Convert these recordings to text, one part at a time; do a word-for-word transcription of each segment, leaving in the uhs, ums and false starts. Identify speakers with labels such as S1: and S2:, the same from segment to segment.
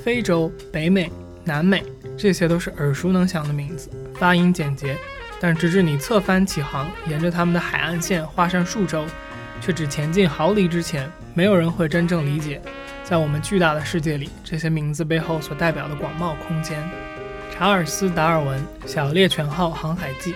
S1: 非洲、北美、南美，这些都是耳熟能详的名字，发音简洁，但直至你侧翻起航，沿着他们的海岸线画上数轴，却只前进毫厘之前，没有人会真正理解，在我们巨大的世界里，这些名字背后所代表的广袤空间。查尔斯·达尔文，小猎犬号航海记。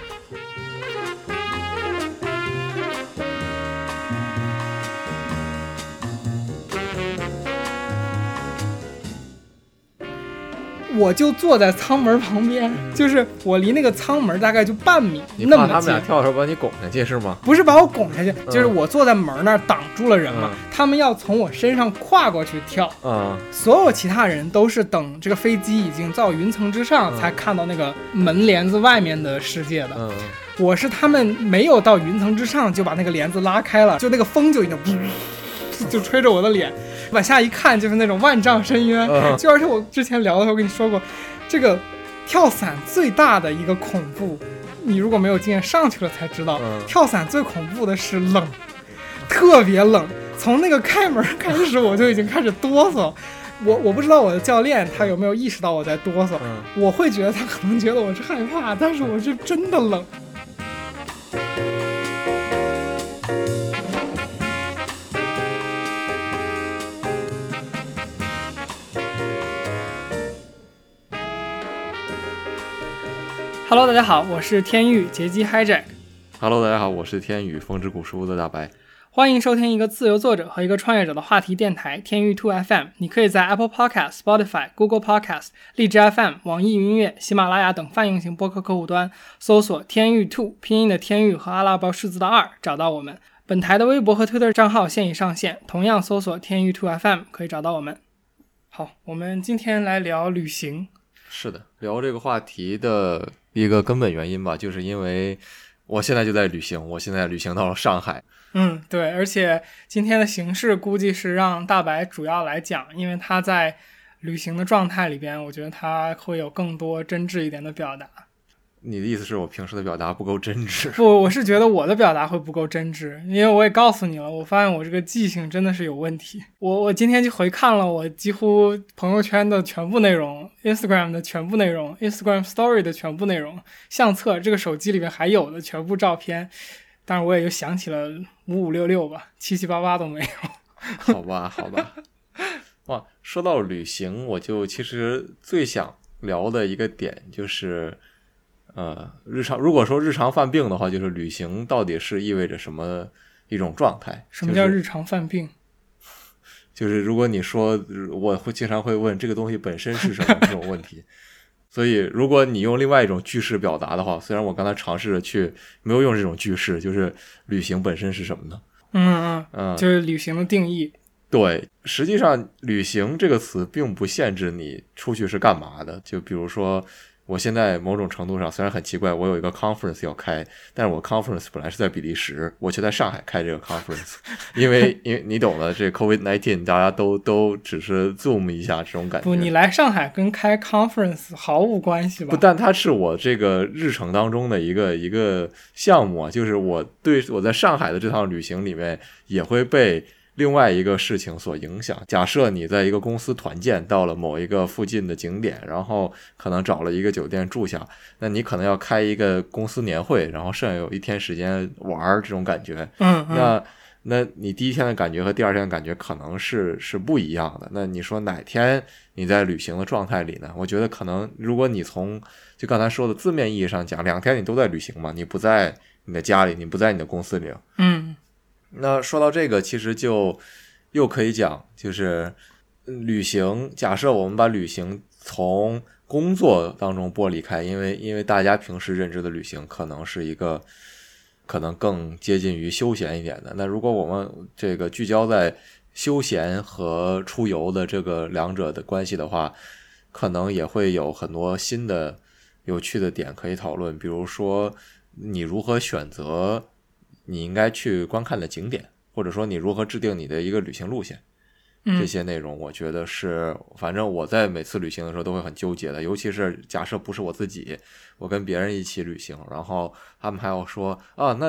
S1: 我就坐在舱门旁边、嗯、就是我离那个舱门大概就半米，
S2: 你怕他们俩跳的时候把你拱下去是吗？
S1: 不是把我拱下去、嗯、就是我坐在门那儿挡住了人嘛、嗯、他们要从我身上跨过去跳、嗯、所有其他人都是等这个飞机已经到云层之上、嗯、才看到那个门帘子外面的世界的、嗯、我是他们没有到云层之上就把那个帘子拉开了，就那个风就已经就吹着我的脸，往下一看就是那种万丈深渊、uh-huh. 就而且我之前聊的时候跟你说过，这个跳伞最大的一个恐怖，你如果没有经验上去了才知道、uh-huh. 跳伞最恐怖的是冷，特别冷，从那个开门开始我就已经开始哆嗦，我我不知道我的教练他有没有意识到我在哆嗦、uh-huh. 我会觉得他可能觉得我是害怕，但是我是真的冷。Hello， 大家好，我是天宇杰基 Hijack。Hello，
S2: 大家好，我是天宇风之谷书屋的大白。
S1: 欢迎收听一个自由作者和一个创业者的话题电台天宇 二 F M。你可以在 Apple Podcast、Spotify、Google Podcast、荔枝 F M、网易云音乐、喜马拉雅等泛用型播客客户端搜索天宇二，拼音的天宇和阿拉伯数字的二，找到我们。本台的微博和推特账号现已上线，同样搜索天宇二 F M 可以找到我们。好，我们今天来聊旅行。
S2: 是的，聊这个话题的一个根本原因吧，就是因为我现在就在旅行，我现在旅行到了上海。
S1: 嗯，对，而且今天的形式估计是让大白主要来讲，因为他在旅行的状态里边，我觉得他会有更多真挚一点的表达。
S2: 你的意思是我平时的表达不够真挚？
S1: 不，我是觉得我的表达会不够真挚，因为我也告诉你了，我发现我这个记性真的是有问题。我我今天就回看了我几乎朋友圈的全部内容， Instagram 的全部内容， Instagram Story 的全部内容，相册这个手机里面还有的全部照片，但是我也就想起了五五六六吧，七七八八都没有。
S2: 好吧好吧。哇，说到旅行，我就其实最想聊的一个点就是呃，日常如果说日常犯病的话，就是旅行到底是意味着什么一种状态？
S1: 什么叫日常犯病？
S2: 就是、就是如果你说，我会经常会问这个东西本身是什么这种问题。所以如果你用另外一种句式表达的话，虽然我刚才尝试着去没有用这种句式，就是旅行本身是什么呢？
S1: 嗯嗯嗯，就是旅行的定义。
S2: 对，实际上旅行这个词并不限制你出去是干嘛的，就比如说我现在某种程度上虽然很奇怪，我有一个 conference 要开，但是我 conference 本来是在比利时，我却在上海开这个 conference， 因为因为你懂的，这 COVID 十九 大家都都只是 zoom 一下这种感觉。
S1: 不，你来上海跟开 conference 毫无关系吧？
S2: 不，但它是我这个日程当中的一个一个项目，就是我对我在上海的这趟旅行里面也会被另外一个事情所影响。假设你在一个公司团建到了某一个附近的景点，然后可能找了一个酒店住下，那你可能要开一个公司年会，然后剩下有一天时间玩这种感觉。
S1: 嗯, 嗯
S2: 那那你第一天的感觉和第二天的感觉可能是是不一样的。那你说哪天你在旅行的状态里呢？我觉得可能如果你从就刚才说的字面意义上讲，两天你都在旅行嘛，你不在你的家里，你不在你的公司里。
S1: 嗯，
S2: 那说到这个，其实就又可以讲，就是旅行，假设我们把旅行从工作当中剥离开，因为因为大家平时认知的旅行可能是一个可能更接近于休闲一点的，那如果我们这个聚焦在休闲和出游的这个两者的关系的话，可能也会有很多新的有趣的点可以讨论，比如说你如何选择你应该去观看的景点，或者说你如何制定你的一个旅行路线，这些内容我觉得是反正我在每次旅行的时候都会很纠结的，尤其是假设不是我自己，我跟别人一起旅行，然后他们还要说啊，那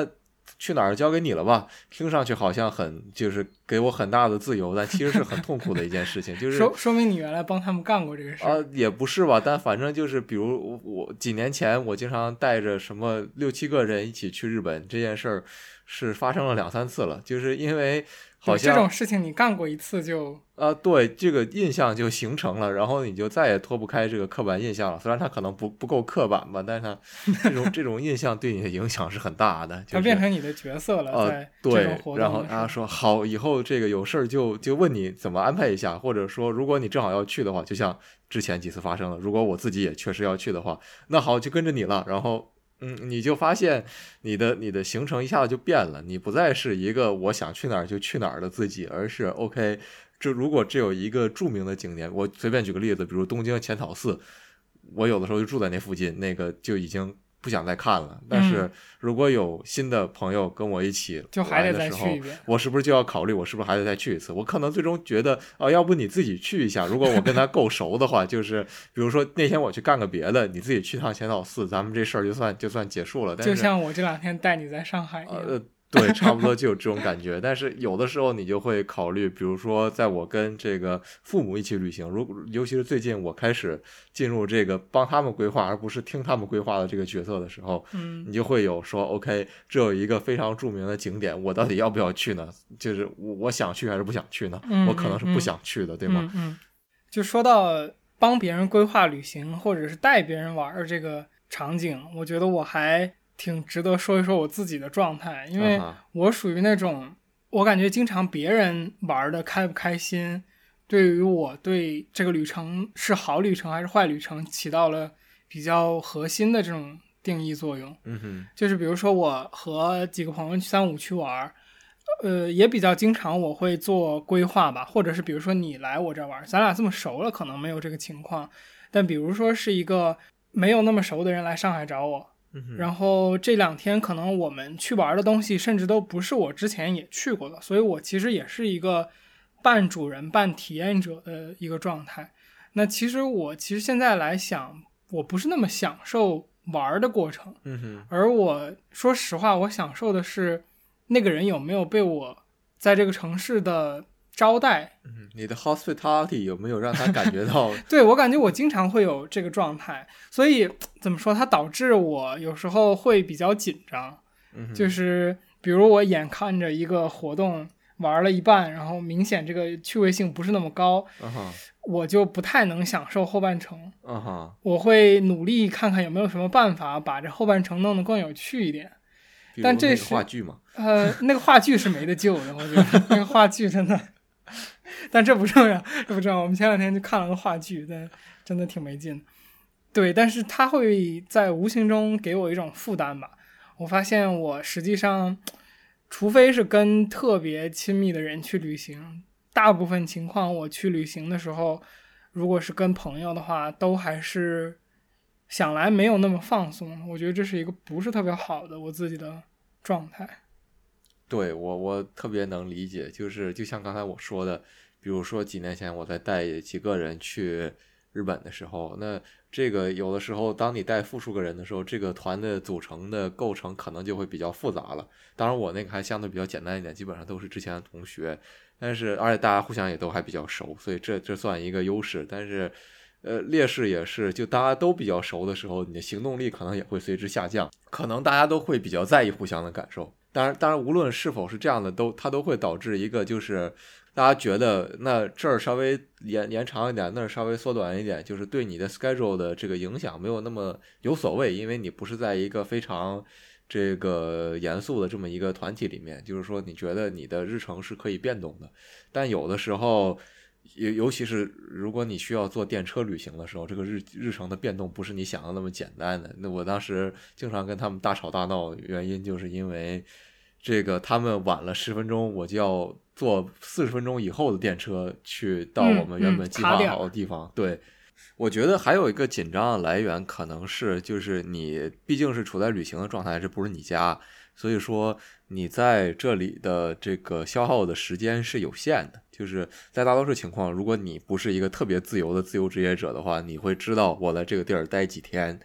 S2: 去哪儿交给你了吧，听上去好像很就是给我很大的自由，但其实是很痛苦的一件事情。就是
S1: 说说明你原来帮他们干过这个事
S2: 啊、呃，也不是吧，但反正就是比如我几年前我经常带着什么六七个人一起去日本，这件事儿是发生了两三次了，就是因为好像
S1: 这种事情你干过一次就
S2: 啊、呃，对，这个印象就形成了，然后你就再也脱不开这个刻板印象了。虽然它可能不不够刻板吧，但是它这种这种印象对你的影响是很大的，就是、
S1: 它变成你的角色了。
S2: 呃、
S1: 在这种活动
S2: 对，然后大家说好，以后这个有事儿就就问你怎么安排一下，或者说如果你正好要去的话，就像之前几次发生了，如果我自己也确实要去的话，那好就跟着你了，然后。嗯，你就发现你的你的行程一下子就变了，你不再是一个我想去哪儿就去哪儿的自己，而是 OK， 这如果只有一个著名的景点，我随便举个例子，比如东京浅草寺，我有的时候就住在那附近，那个就已经不想再看了。但是如果有新的朋友跟我一起来的时候，我是不是就要考虑我是不是还得再去一次？我可能最终觉得啊，要不你自己去一下。如果我跟他够熟的话，就是比如说那天我去干个别的，你自己去趟浅草寺，咱们这事儿就算就算结束了。但是
S1: 就像我这两天带你在上海一样。
S2: 呃对，差不多就有这种感觉。但是有的时候你就会考虑，比如说在我跟这个父母一起旅行，如尤其是最近我开始进入这个帮他们规划而不是听他们规划的这个角色的时候，
S1: 嗯，
S2: 你就会有说 OK， 这有一个非常著名的景点，我到底要不要去呢？就是我我想去还是不想去呢？
S1: 嗯、
S2: 我可能是不想去的，
S1: 嗯、
S2: 对吗？
S1: 嗯, 嗯，就说到帮别人规划旅行或者是带别人玩这个场景，我觉得我还挺值得说一说我自己的状态，因为我属于那种我感觉经常别人玩的开不开心对于我对这个旅程是好旅程还是坏旅程起到了比较核心的这种定义作用。
S2: 嗯哼，
S1: 就是比如说我和几个朋友去三五去玩，呃，也比较经常我会做规划吧，或者是比如说你来我这玩，咱俩这么熟了可能没有这个情况，但比如说是一个没有那么熟的人来上海找我，然后这两天可能我们去玩的东西甚至都不是我之前也去过的，所以我其实也是一个半主人半体验者的一个状态。那其实我其实现在来想，我不是那么享受玩的过程，而我说实话，我享受的是那个人有没有被我在这个城市的招待，
S2: 嗯，你的 hospitality 有没有让他感觉到
S1: 对，我感觉我经常会有这个状态，所以怎么说，它导致我有时候会比较紧张、
S2: 嗯、
S1: 就是比如我眼看着一个活动玩了一半，然后明显这个趣味性不是那么高、uh-huh. 我就不太能享受后半程、
S2: uh-huh.
S1: 我会努力看看有没有什么办法把这后半程弄得更有趣一点。但这是
S2: 话剧嘛？
S1: 呃，那个话剧是没得救的，我觉得那个话剧真的，但这不重要，这不重要。我们前两天就看了个话剧，但真的挺没劲的。对，但是它会在无形中给我一种负担吧。我发现我实际上，除非是跟特别亲密的人去旅行，大部分情况我去旅行的时候，如果是跟朋友的话，都还是想来没有那么放松。我觉得这是一个不是特别好的我自己的状态。
S2: 对，我我特别能理解，就是就像刚才我说的，比如说几年前我在带几个人去日本的时候，那这个有的时候当你带复数个人的时候，这个团的组成的构成可能就会比较复杂了。当然我那个还相对比较简单一点，基本上都是之前的同学，但是而且大家互相也都还比较熟，所以这这算一个优势。但是呃，劣势也是，就大家都比较熟的时候，你的行动力可能也会随之下降，可能大家都会比较在意互相的感受。当然，当然，无论是否是这样的，都它都会导致一个就是大家觉得那这儿稍微延延长一点，那儿稍微缩短一点，就是对你的 schedule 的这个影响没有那么有所谓，因为你不是在一个非常这个严肃的这么一个团体里面，就是说你觉得你的日程是可以变动的，但有的时候。尤其是如果你需要坐电车旅行的时候，这个日日程的变动不是你想的那么简单的。那我当时经常跟他们大吵大闹，原因就是因为这个他们晚了十分钟，我就要坐四十分钟以后的电车去到我们原本计划好的地方。
S1: 嗯嗯、
S2: 对，我觉得还有一个紧张的来源可能是，就是你毕竟是处在旅行的状态，这不是你家，所以说你在这里的这个消耗的时间是有限的。就是在大多数情况，如果你不是一个特别自由的自由职业者的话，你会知道我在这个地儿待几天，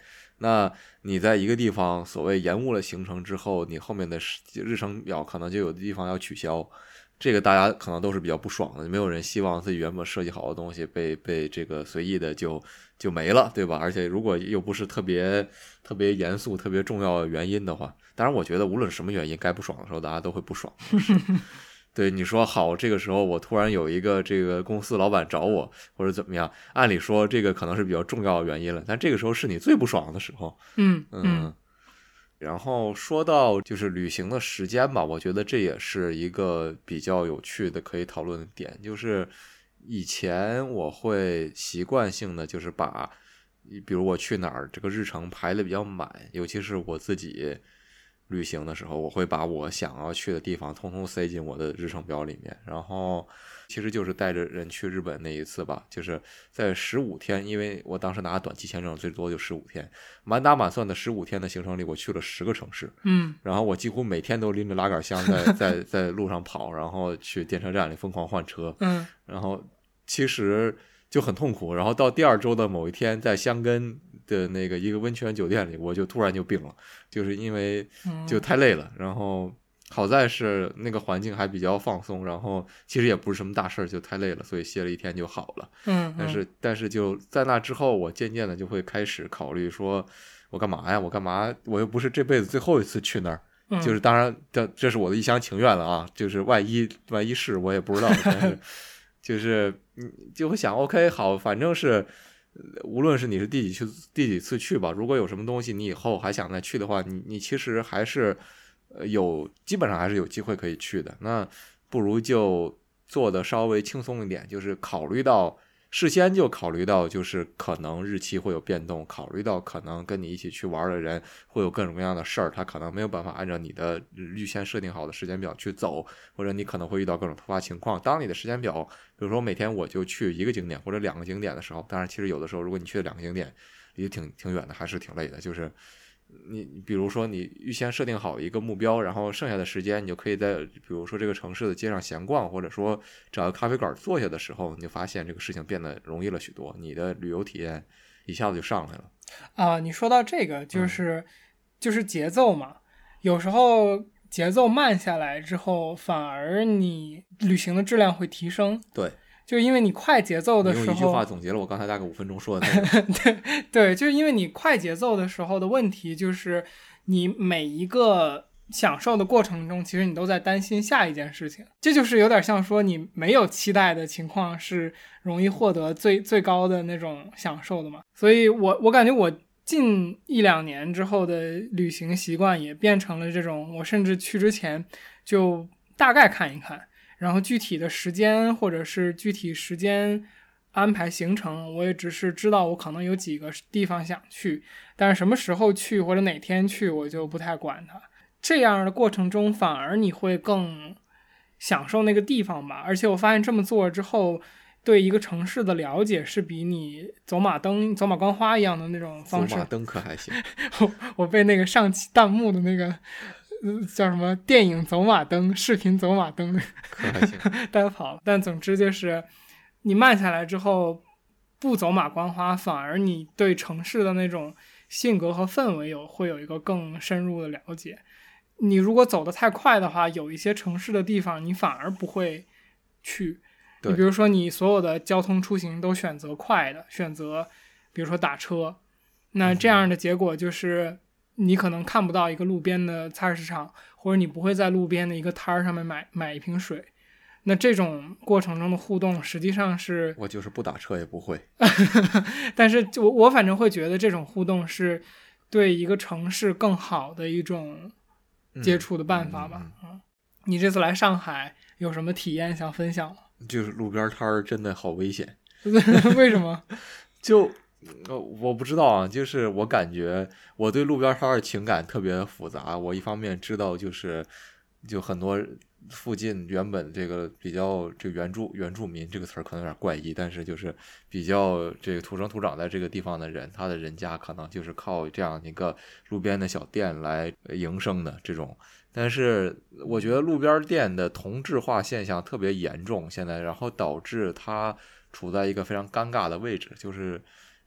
S2: 那你在一个地方所谓延误了行程之后，你后面的日程表可能就有的地方要取消，这个大家可能都是比较不爽的，没有人希望自己原本设计好的东西被被这个随意的就就没了，对吧？而且如果又不是特别特别严肃特别重要的原因的话，当然我觉得无论什么原因，该不爽的时候大家都会不爽。对，你说好，这个时候我突然有一个这个公司老板找我或者怎么样，按理说这个可能是比较重要的原因了，但这个时候是你最不爽的时候。
S1: 嗯
S2: 嗯。然后说到就是旅行的时间吧，我觉得这也是一个比较有趣的可以讨论的点，就是以前我会习惯性的就是把比如我去哪儿这个日程排的比较满，尤其是我自己旅行的时候，我会把我想要去的地方通通塞进我的日程表里面。然后其实就是带着人去日本那一次吧，就是在十五天，因为我当时拿短期签证最多就十五天，满打满算的十五天的行程里，我去了十个城市。
S1: 嗯，
S2: 然后我几乎每天都拎着拉杆箱在在在路上跑，然后去电车站里疯狂换车。
S1: 嗯，
S2: 然后其实就很痛苦。然后到第二周的某一天，在箱根的那个一个温泉酒店里，我就突然就病了，就是因为就太累了。然后好在是那个环境还比较放松，然后其实也不是什么大事，就太累了，所以歇了一天就好了。
S1: 嗯，
S2: 但是但是就在那之后，我渐渐的就会开始考虑说，我干嘛呀？我干嘛？我又不是这辈子最后一次去那儿。就是当然这这是我的一厢情愿了啊，就是万一万一是我也不知道，但是就是你就会想 OK 好，反正是无论是你是第几去第几次去吧，如果有什么东西你以后还想再去的话，你你其实还是有基本上还是有机会可以去的。那不如就做的稍微轻松一点，就是考虑到事先就考虑到就是可能日期会有变动，考虑到可能跟你一起去玩的人会有各种各样的事儿，他可能没有办法按照你的预先设定好的时间表去走，或者你可能会遇到各种突发情况。当你的时间表比如说每天我就去一个景点或者两个景点的时候，当然其实有的时候如果你去的两个景点离挺挺远的还是挺累的，就是你比如说你预先设定好一个目标，然后剩下的时间你就可以在比如说这个城市的街上闲逛，或者说找个咖啡馆坐下的时候，你就发现这个事情变得容易了许多，你的旅游体验一下子就上来了
S1: 啊、呃。你说到这个就是、嗯、就是节奏嘛，有时候节奏慢下来之后反而你旅行的质量会提升。
S2: 对，
S1: 就因为你快节奏的时候，
S2: 你用一句话总结了我刚才大概五分钟说的那个
S1: 对对，就是因为你快节奏的时候的问题就是你每一个享受的过程中，其实你都在担心下一件事情，这就是有点像说你没有期待的情况是容易获得最最高的那种享受的嘛。所以我我感觉我近一两年之后的旅行习惯也变成了这种，我甚至去之前就大概看一看，然后具体的时间或者是具体时间安排行程，我也只是知道我可能有几个地方想去，但是什么时候去或者哪天去我就不太管它。这样的过程中反而你会更享受那个地方吧。而且我发现这么做之后，对一个城市的了解是比你走马灯走马观花一样的那种方式。
S2: 走马灯可还行
S1: 我, 我被那个上期弹幕的那个叫什么电影走马灯视频走马灯
S2: 可还行
S1: 带跑了。但总之就是你慢下来之后不走马观花，反而你对城市的那种性格和氛围有会有一个更深入的了解。你如果走得太快的话，有一些城市的地方你反而不会去。你比如说你所有的交通出行都选择快的，选择比如说打车，那这样的结果就是你可能看不到一个路边的菜市场，或者你不会在路边的一个摊儿上面买买一瓶水。那这种过程中的互动实际上是
S2: 我就是不打车也不会
S1: 但是我我反正会觉得这种互动是对一个城市更好的一种接触的办法吧。嗯嗯嗯、你这次来上海有什么体验想分享吗？
S2: 就是路边摊儿真的好危险
S1: 为什么？
S2: 就我不知道啊，就是我感觉我对路边摊儿的情感特别复杂。我一方面知道就是就很多附近原本这个比较这个原住原住民这个词儿可能有点怪异，但是就是比较这个土生土长在这个地方的人，他的人家可能就是靠这样一个路边的小店来营生的这种。但是我觉得路边店的同质化现象特别严重现在，然后导致它处在一个非常尴尬的位置，就是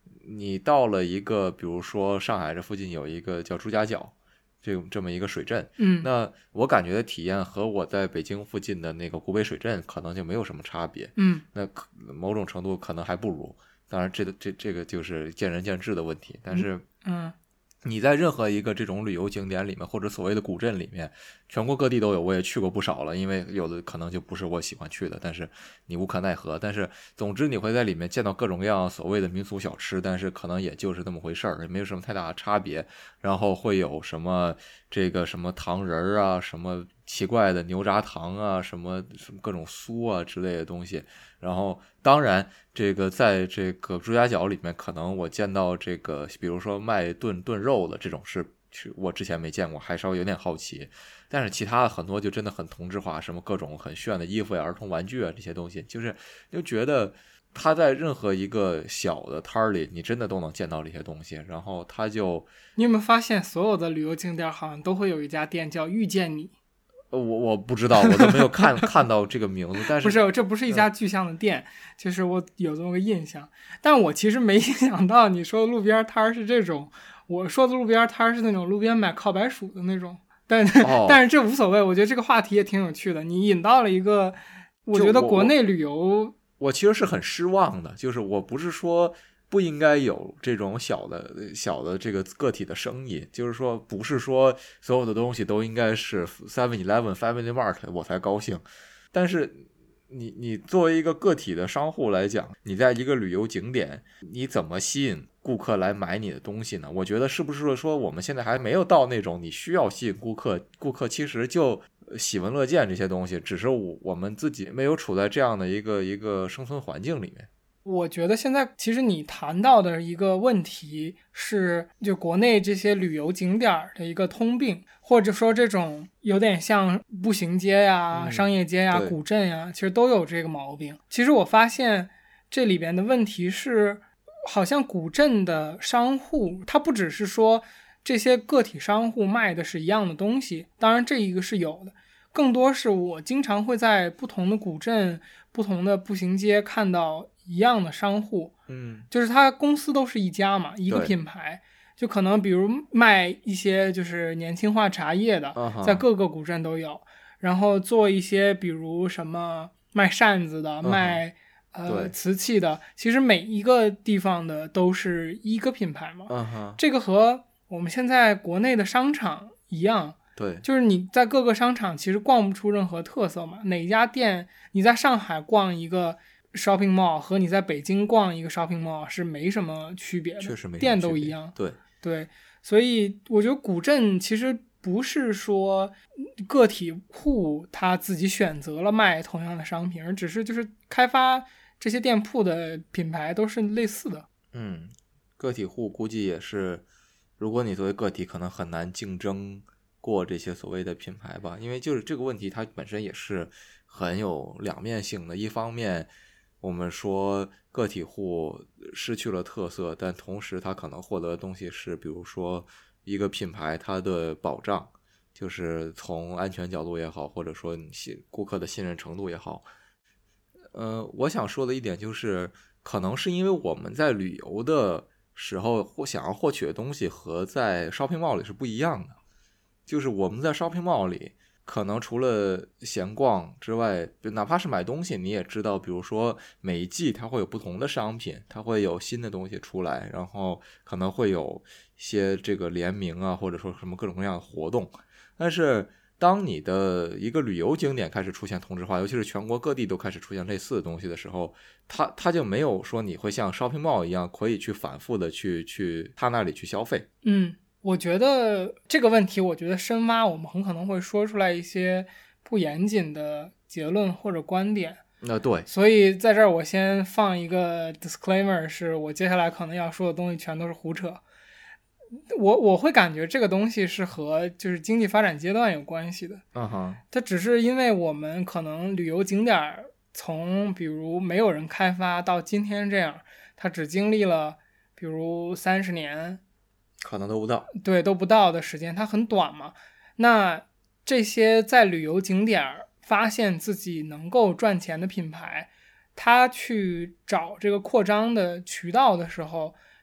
S2: 你到了一个比如说上海这附近有一个叫朱家角这这么一个水镇，
S1: 嗯，
S2: 那我感觉的体验和我在北京附近的那个古北水镇可能就没有什么差别，
S1: 嗯，
S2: 那某种程度可能还不如，当然这个这这个就是见仁见智的问题，但是
S1: 嗯。
S2: 你在任何一个这种旅游景点里面，或者所谓的古镇里面，全国各地都有，我也去过不少了，因为有的可能就不是我喜欢去的，但是你无可奈何。但是总之你会在里面见到各种各样所谓的民俗小吃，但是可能也就是那么回事儿，也没有什么太大的差别。然后会有什么这个什么糖人儿啊，什么奇怪的牛轧糖啊，什么什么各种酥啊之类的东西。然后当然这个在这个朱家角里面，可能我见到这个比如说卖炖炖肉的这种是我之前没见过，还稍微有点好奇。但是其他的很多就真的很同质化，什么各种很炫的衣服呀、儿童玩具啊这些东西，就是就觉得他在任何一个小的摊儿里，你真的都能见到这些东西。然后他就，
S1: 你有没有发现，所有的旅游景点好像都会有一家店叫遇见你？
S2: 呃，我我不知道，我都没有看看到这个名字。但是
S1: 不是，这不是一家具象的店，嗯、就是我有这么个印象。但我其实没想到你说的路边摊是这种，我说的路边摊是那种路边买靠白薯的那种。但、哦、但是这无所谓，我觉得这个话题也挺有趣的。你引到了一个，我觉得国内旅游，
S2: 我, 我其实是很失望的，就是我不是说不应该有这种小的小的这个个体的生意，就是说不是说所有的东西都应该是 seven eleven、Family Mart 我才高兴，但是你你作为一个个体的商户来讲，你在一个旅游景点，你怎么吸引顾客来买你的东西呢？我觉得是不是说我们现在还没有到那种你需要吸引顾客，顾客其实就喜闻乐见这些东西，只是我们自己没有处在这样的一个一个生存环境里面。
S1: 我觉得现在其实你谈到的一个问题是，就国内这些旅游景点的一个通病，或者说这种有点像步行街呀、嗯、商业街呀、古镇呀，其实都有这个毛病。其实我发现这里边的问题是，好像古镇的商户，它不只是说这些个体商户卖的是一样的东西，当然这一个是有的，更多是我经常会在不同的古镇、不同的步行街看到一样的商户，
S2: 嗯，
S1: 就是他公司都是一家嘛，一个品牌，就可能比如卖一些就是年轻化茶叶的，
S2: uh-huh.
S1: 在各个古镇都有，然后做一些比如什么卖扇子的，
S2: uh-huh.
S1: 卖呃瓷器的，其实每一个地方的都是一个品牌嘛，
S2: uh-huh.
S1: 这个和我们现在国内的商场一样，
S2: 对，
S1: 就是你在各个商场其实逛不出任何特色嘛，哪一家店你在上海逛一个shopping mall 和你在北京逛一个 shopping mall 是没什么区别的，
S2: 确实没什么区别，
S1: 店都一样。
S2: 对
S1: 对，所以我觉得古镇其实不是说个体户他自己选择了卖同样的商品，而只是就是开发这些店铺的品牌都是类似的。
S2: 嗯，个体户估计也是，如果你作为个体可能很难竞争过这些所谓的品牌吧，因为就是这个问题它本身也是很有两面性的，一方面我们说个体户失去了特色，但同时他可能获得的东西是比如说一个品牌它的保障，就是从安全角度也好，或者说顾客的信任程度也好。呃，我想说的一点就是可能是因为我们在旅游的时候或想要获取的东西和在 shopping mall 里是不一样的，就是我们在 shopping mall 里可能除了闲逛之外，哪怕是买东西你也知道，比如说每一季它会有不同的商品，它会有新的东西出来，然后可能会有一些这个联名啊，或者说什么各种各样的活动。但是当你的一个旅游景点开始出现同质化，尤其是全国各地都开始出现类似的东西的时候，它它就没有说你会像 shopping mall 一样可以去反复的去去他那里去消费。
S1: 嗯，我觉得这个问题我觉得深挖我们很可能会说出来一些不严谨的结论或者观点。
S2: 那对，
S1: 所以在这儿我先放一个 disclaimer， 是我接下来可能要说的东西全都是胡扯。我我会感觉这个东西是和就是经济发展阶段有关系的。
S2: 嗯哼，
S1: 它只是因为我们可能旅游景点从比如没有人开发到今天这样，它只经历了比如三十年，
S2: 可能都不到，
S1: 对，都不到的时间，它很短嘛。那这些在旅游景点发现自己能够赚钱的品牌，它去找这个扩张的渠道的时候，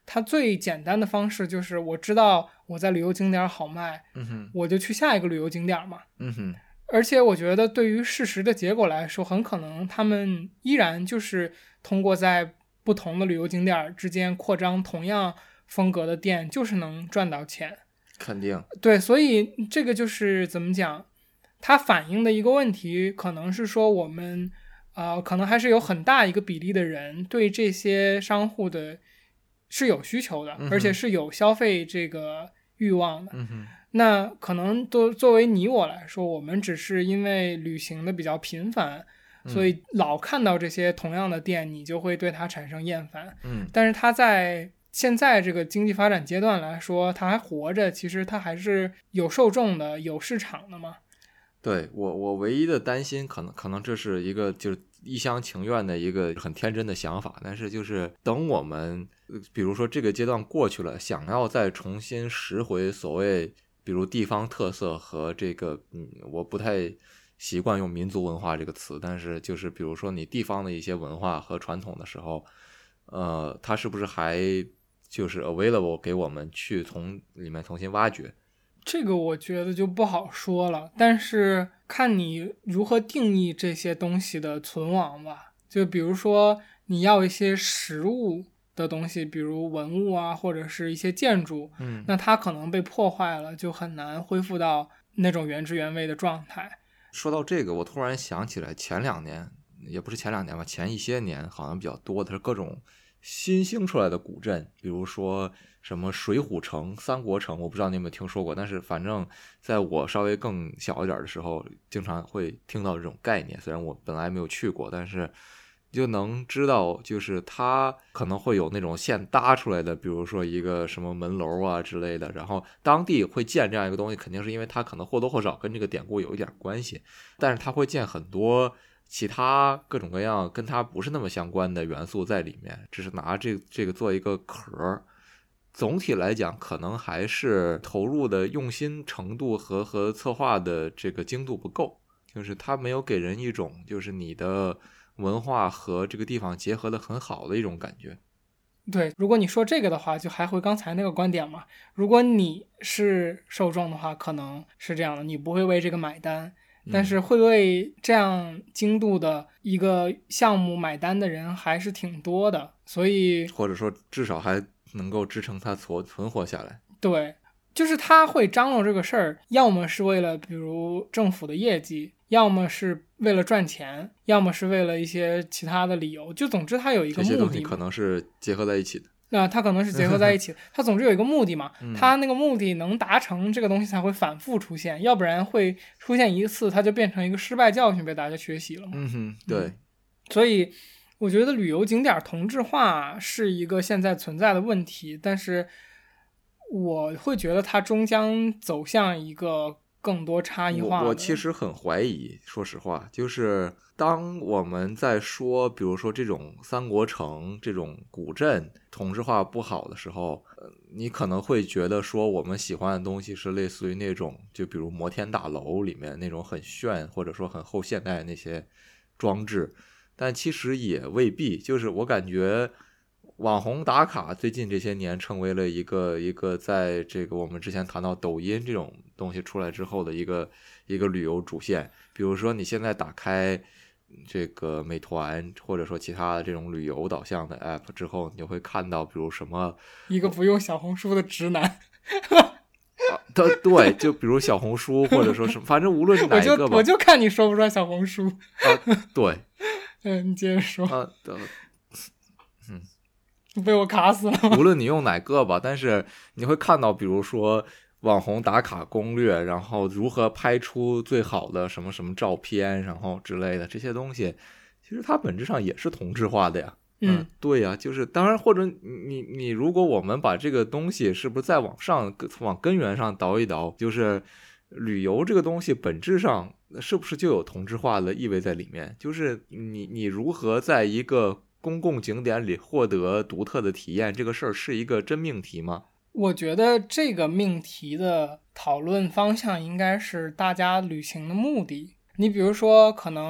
S1: 它最简单的方式就是我知道我在旅游景点好卖，
S2: 嗯哼，
S1: 我就去下一个旅游景点嘛。
S2: 嗯哼，
S1: 而且我觉得对于事实的结果来说，很可能他们依然就是通过在不同的旅游景点之间扩张同样风格的店，就是能赚到钱。
S2: 肯定。
S1: 对，所以这个就是怎么讲，它反映的一个问题可能是说我们呃，可能还是有很大一个比例的人对这些商户的是有需求的，
S2: 嗯、
S1: 而且是有消费这个欲望的。
S2: 嗯哼，
S1: 那可能都作为你我来说，我们只是因为旅行的比较频繁，所以老看到这些同样的店，你就会对它产生厌烦。
S2: 嗯，
S1: 但是它在现在这个经济发展阶段来说，它还活着，其实它还是有受众的，有市场的嘛。
S2: 对，我我唯一的担心，可能可能这是一个就是一厢情愿的一个很天真的想法，但是就是等我们比如说这个阶段过去了，想要再重新拾回所谓比如地方特色和这个嗯，我不太习惯用民族文化这个词，但是就是比如说你地方的一些文化和传统的时候，呃，它是不是还就是 available 给我们去从里面重新挖掘？
S1: 这个我觉得就不好说了，但是看你如何定义这些东西的存亡吧。就比如说你要一些实物的东西，比如文物啊，或者是一些建筑，
S2: 嗯，
S1: 那它可能被破坏了，就很难恢复到那种原汁原味的状态。
S2: 说到这个，我突然想起来，前两年也不是前两年吧，前一些年好像比较多的是各种新兴出来的古镇，比如说什么水浒城、三国城，我不知道你有没有听说过，但是反正在我稍微更小一点的时候，经常会听到这种概念，虽然我本来没有去过，但是就能知道就是它可能会有那种现搭出来的，比如说一个什么门楼啊之类的，然后当地会建这样一个东西，肯定是因为它可能或多或少跟这个典故有一点关系，但是它会建很多其他各种各样跟它不是那么相关的元素在里面，只是拿这这个做一个壳。总体来讲可能还是投入的用心程度和和策划的这个精度不够，就是它没有给人一种就是你的文化和这个地方结合的很好的一种感觉。
S1: 对，如果你说这个的话，就还回刚才那个观点嘛，如果你是受众的话，可能是这样的，你不会为这个买单，但是会为这样精度的一个项目买单的人还是挺多的，所以
S2: 或者说至少还能够支撑它存存活下来。
S1: 对，就是他会张罗这个事儿，要么是为了比如政府的业绩，要么是为了赚钱，要么是为了一些其他的理由，就总之他有一个目的。
S2: 这些东西可能是结合在一起的。
S1: 那他可能是结合在一起，他总之有一个目的嘛，他那个目的能达成，这个东西才会反复出现，要不然会出现一次，它就变成一个失败教训，被大家学习了嘛。
S2: 嗯哼，对。嗯，
S1: 所以我觉得旅游景点同质化是一个现在存在的问题，但是我会觉得它终将走向一个更多差异化的。
S2: 我我其实很怀疑，说实话，就是当我们在说比如说这种三国城这种古镇同质化不好的时候，呃，你可能会觉得说我们喜欢的东西是类似于那种就比如摩天大楼里面那种很炫或者说很后现代那些装置，但其实也未必。就是我感觉网红打卡最近这些年成为了一个一个在这个我们之前谈到抖音这种东西出来之后的一个一个旅游主线。比如说你现在打开这个美团或者说其他的这种旅游导向的 app 之后，你就会看到比如什么
S1: 一个不用小红书的直男
S2: 啊，对，就比如小红书或者说什么，反正无论是哪一个吧，
S1: 我就我就看你说不出来小红书
S2: 啊，对，
S1: 嗯，你接着说
S2: 啊，嗯。
S1: 被我卡死了。
S2: 无论你用哪个吧，但是你会看到比如说网红打卡攻略，然后如何拍出最好的什么什么照片，然后之类的这些东西，其实它本质上也是同质化的呀。
S1: 嗯，
S2: 嗯对呀，就是当然，或者你你如果我们把这个东西是不是再往上往根源上倒一倒，就是旅游这个东西本质上是不是就有同质化的意味在里面？就是你你如何在一个公共景点里获得独特的体验，这个事儿是一个真命题吗？
S1: 我觉得这个命题的讨论方向应该是大家旅行的目的。你比如说可能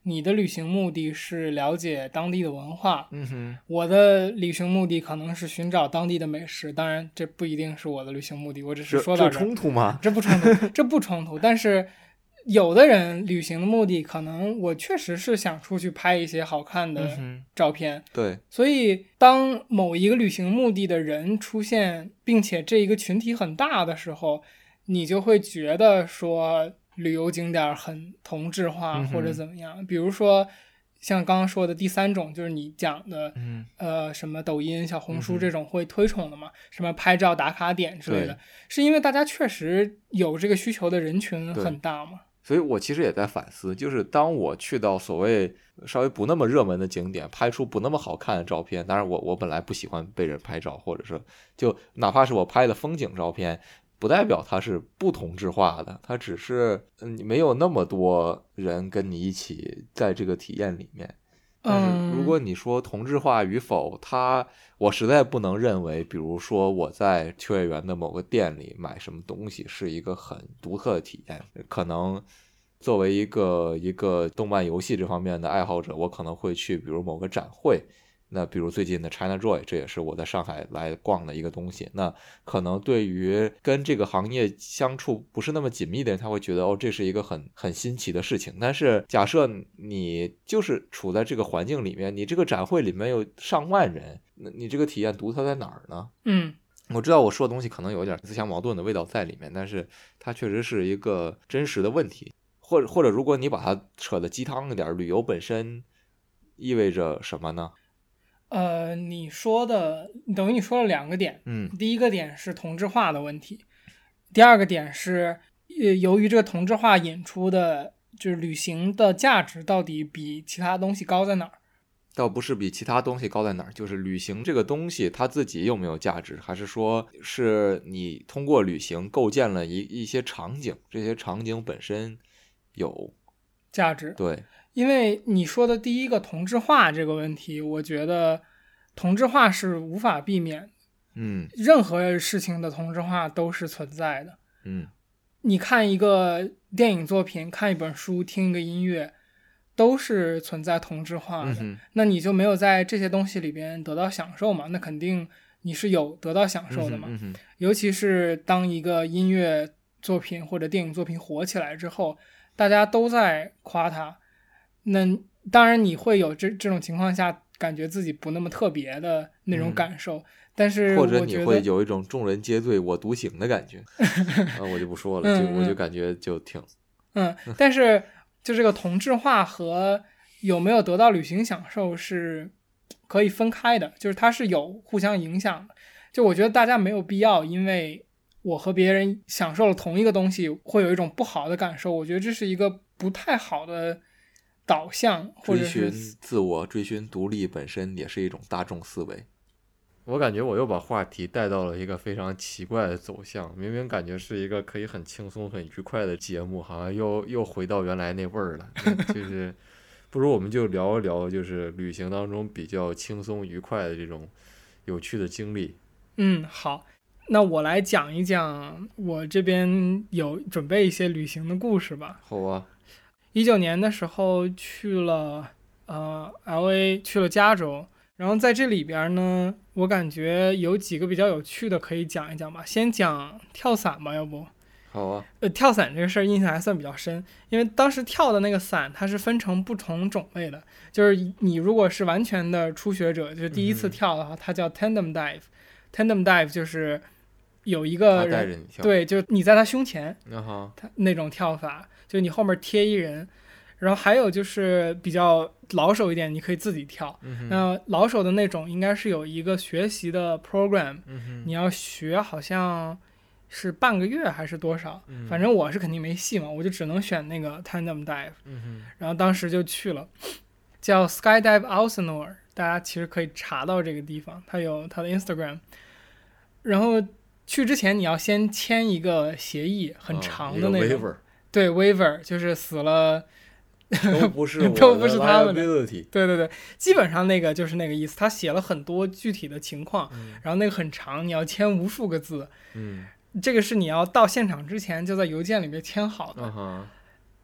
S1: 你的旅行目的是了解当地的文化，
S2: 嗯哼，
S1: 我的旅行目的可能是寻找当地的美食，当然这不一定是我的旅行目的，我只是说到
S2: 这，这冲突吗？
S1: 这不冲突，这不冲突。但是有的人旅行的目的可能我确实是想出去拍一些好看的照片，
S2: 嗯、对，
S1: 所以当某一个旅行目的的人出现，并且这一个群体很大的时候，你就会觉得说旅游景点很同质化或者怎么样、嗯、比如说像刚刚说的第三种，就是你讲的、嗯、呃，什么抖音小红书这种会推崇的嘛、嗯、什么拍照打卡点之类的，是因为大家确实有这个需求的人群很大嘛。
S2: 所以我其实也在反思，就是当我去到所谓稍微不那么热门的景点，拍出不那么好看的照片，当然我我本来不喜欢被人拍照，或者是就哪怕是我拍的风景照片，不代表它是不同质化的，它只是嗯没有那么多人跟你一起在这个体验里面。但是如果你说同质化与否，它我实在不能认为，比如说我在秋叶原的某个店里买什么东西是一个很独特的体验。可能作为一个一个动漫游戏这方面的爱好者，我可能会去比如某个展会，那比如最近的 ChinaJoy， 这也是我在上海来逛的一个东西。那可能对于跟这个行业相处不是那么紧密的人，他会觉得哦，这是一个很很新奇的事情。但是假设你就是处在这个环境里面，你这个展会里面有上万人，那你这个体验独特在哪儿呢？
S1: 嗯，
S2: 我知道我说的东西可能有点自相矛盾的味道在里面，但是它确实是一个真实的问题。或者或者如果你把它扯得鸡汤一点，旅游本身意味着什么呢？
S1: 呃，你说的等于你说了两个点，
S2: 嗯，
S1: 第一个点是同质化的问题，第二个点是，呃，由于这个同质化引出的，就是旅行的价值到底比其他东西高在哪儿？
S2: 倒不是比其他东西高在哪儿，就是旅行这个东西它自己有没有价值，还是说是你通过旅行构建了一一些场景，这些场景本身有
S1: 价值？
S2: 对。
S1: 因为你说的第一个同质化这个问题，我觉得同质化是无法避免，
S2: 嗯，
S1: 任何事情的同质化都是存在的，
S2: 嗯，
S1: 你看一个电影作品，看一本书，听一个音乐，都是存在同质化的、
S2: 嗯、
S1: 那你就没有在这些东西里边得到享受嘛？那肯定你是有得到享受的嘛、
S2: 嗯、
S1: 尤其是当一个音乐作品或者电影作品火起来之后，大家都在夸它，那当然你会有这这种情况下感觉自己不那么特别的那种感受、嗯、但是
S2: 或者你会有一种众人皆醉我独醒的感觉啊，我就不说了，就我就感觉就挺
S1: 嗯，但是就这个同质化和有没有得到旅行享受是可以分开的，就是它是有互相影响的。就我觉得大家没有必要因为我和别人享受了同一个东西会有一种不好的感受，我觉得这是一个不太好的导向，或者是
S2: 追寻自我、追寻独立本身也是一种大众思维。我感觉我又把话题带到了一个非常奇怪的走向，明明感觉是一个可以很轻松很愉快的节目，好像又又回到原来那味儿了。就是不如我们就聊一聊就是旅行当中比较轻松愉快的这种有趣的经历。
S1: 嗯，好，那我来讲一讲我这边有准备一些旅行的故事吧。
S2: 好啊。
S1: 一九年的时候去了呃 L A， 去了加州，然后在这里边呢，我感觉有几个比较有趣的可以讲一讲吧。先讲跳伞吧，要不？
S2: 好啊。
S1: 呃，跳伞这个事儿印象还算比较深，因为当时跳的那个伞它是分成不同种类的，就是你如果是完全的初学者，就是第一次跳的话，嗯、它叫 tandem dive。tandem dive 就是有一个人
S2: 他带着你跳，
S1: 对，就你在他胸前，
S2: uh-huh.
S1: 他那种跳法，就你后面贴一人。然后还有就是比较老手一点，你可以自己跳。
S2: 嗯、
S1: 那老手的那种应该是有一个学习的 program，、
S2: 嗯、
S1: 你要学好像是半个月还是多少、
S2: 嗯、
S1: 反正我是肯定没戏嘛，我就只能选那个 tandem dive、
S2: 嗯、
S1: 然后当时就去了，叫 Skydive Elsinore， 大家其实可以查到这个地方，它有它的 Instagram。 然后去之前你要先签一个协议，很长的那种、
S2: 哦、
S1: 对 waiver， 就是死了
S2: 都不是
S1: 都不是他们的，
S2: 对
S1: 对对，基本上那个就是那个意思。他写了很多具体的情况、
S2: 嗯、
S1: 然后那个很长，你要签无数个字，
S2: 嗯，
S1: 这个是你要到现场之前就在邮件里面签好的。
S2: uh-huh.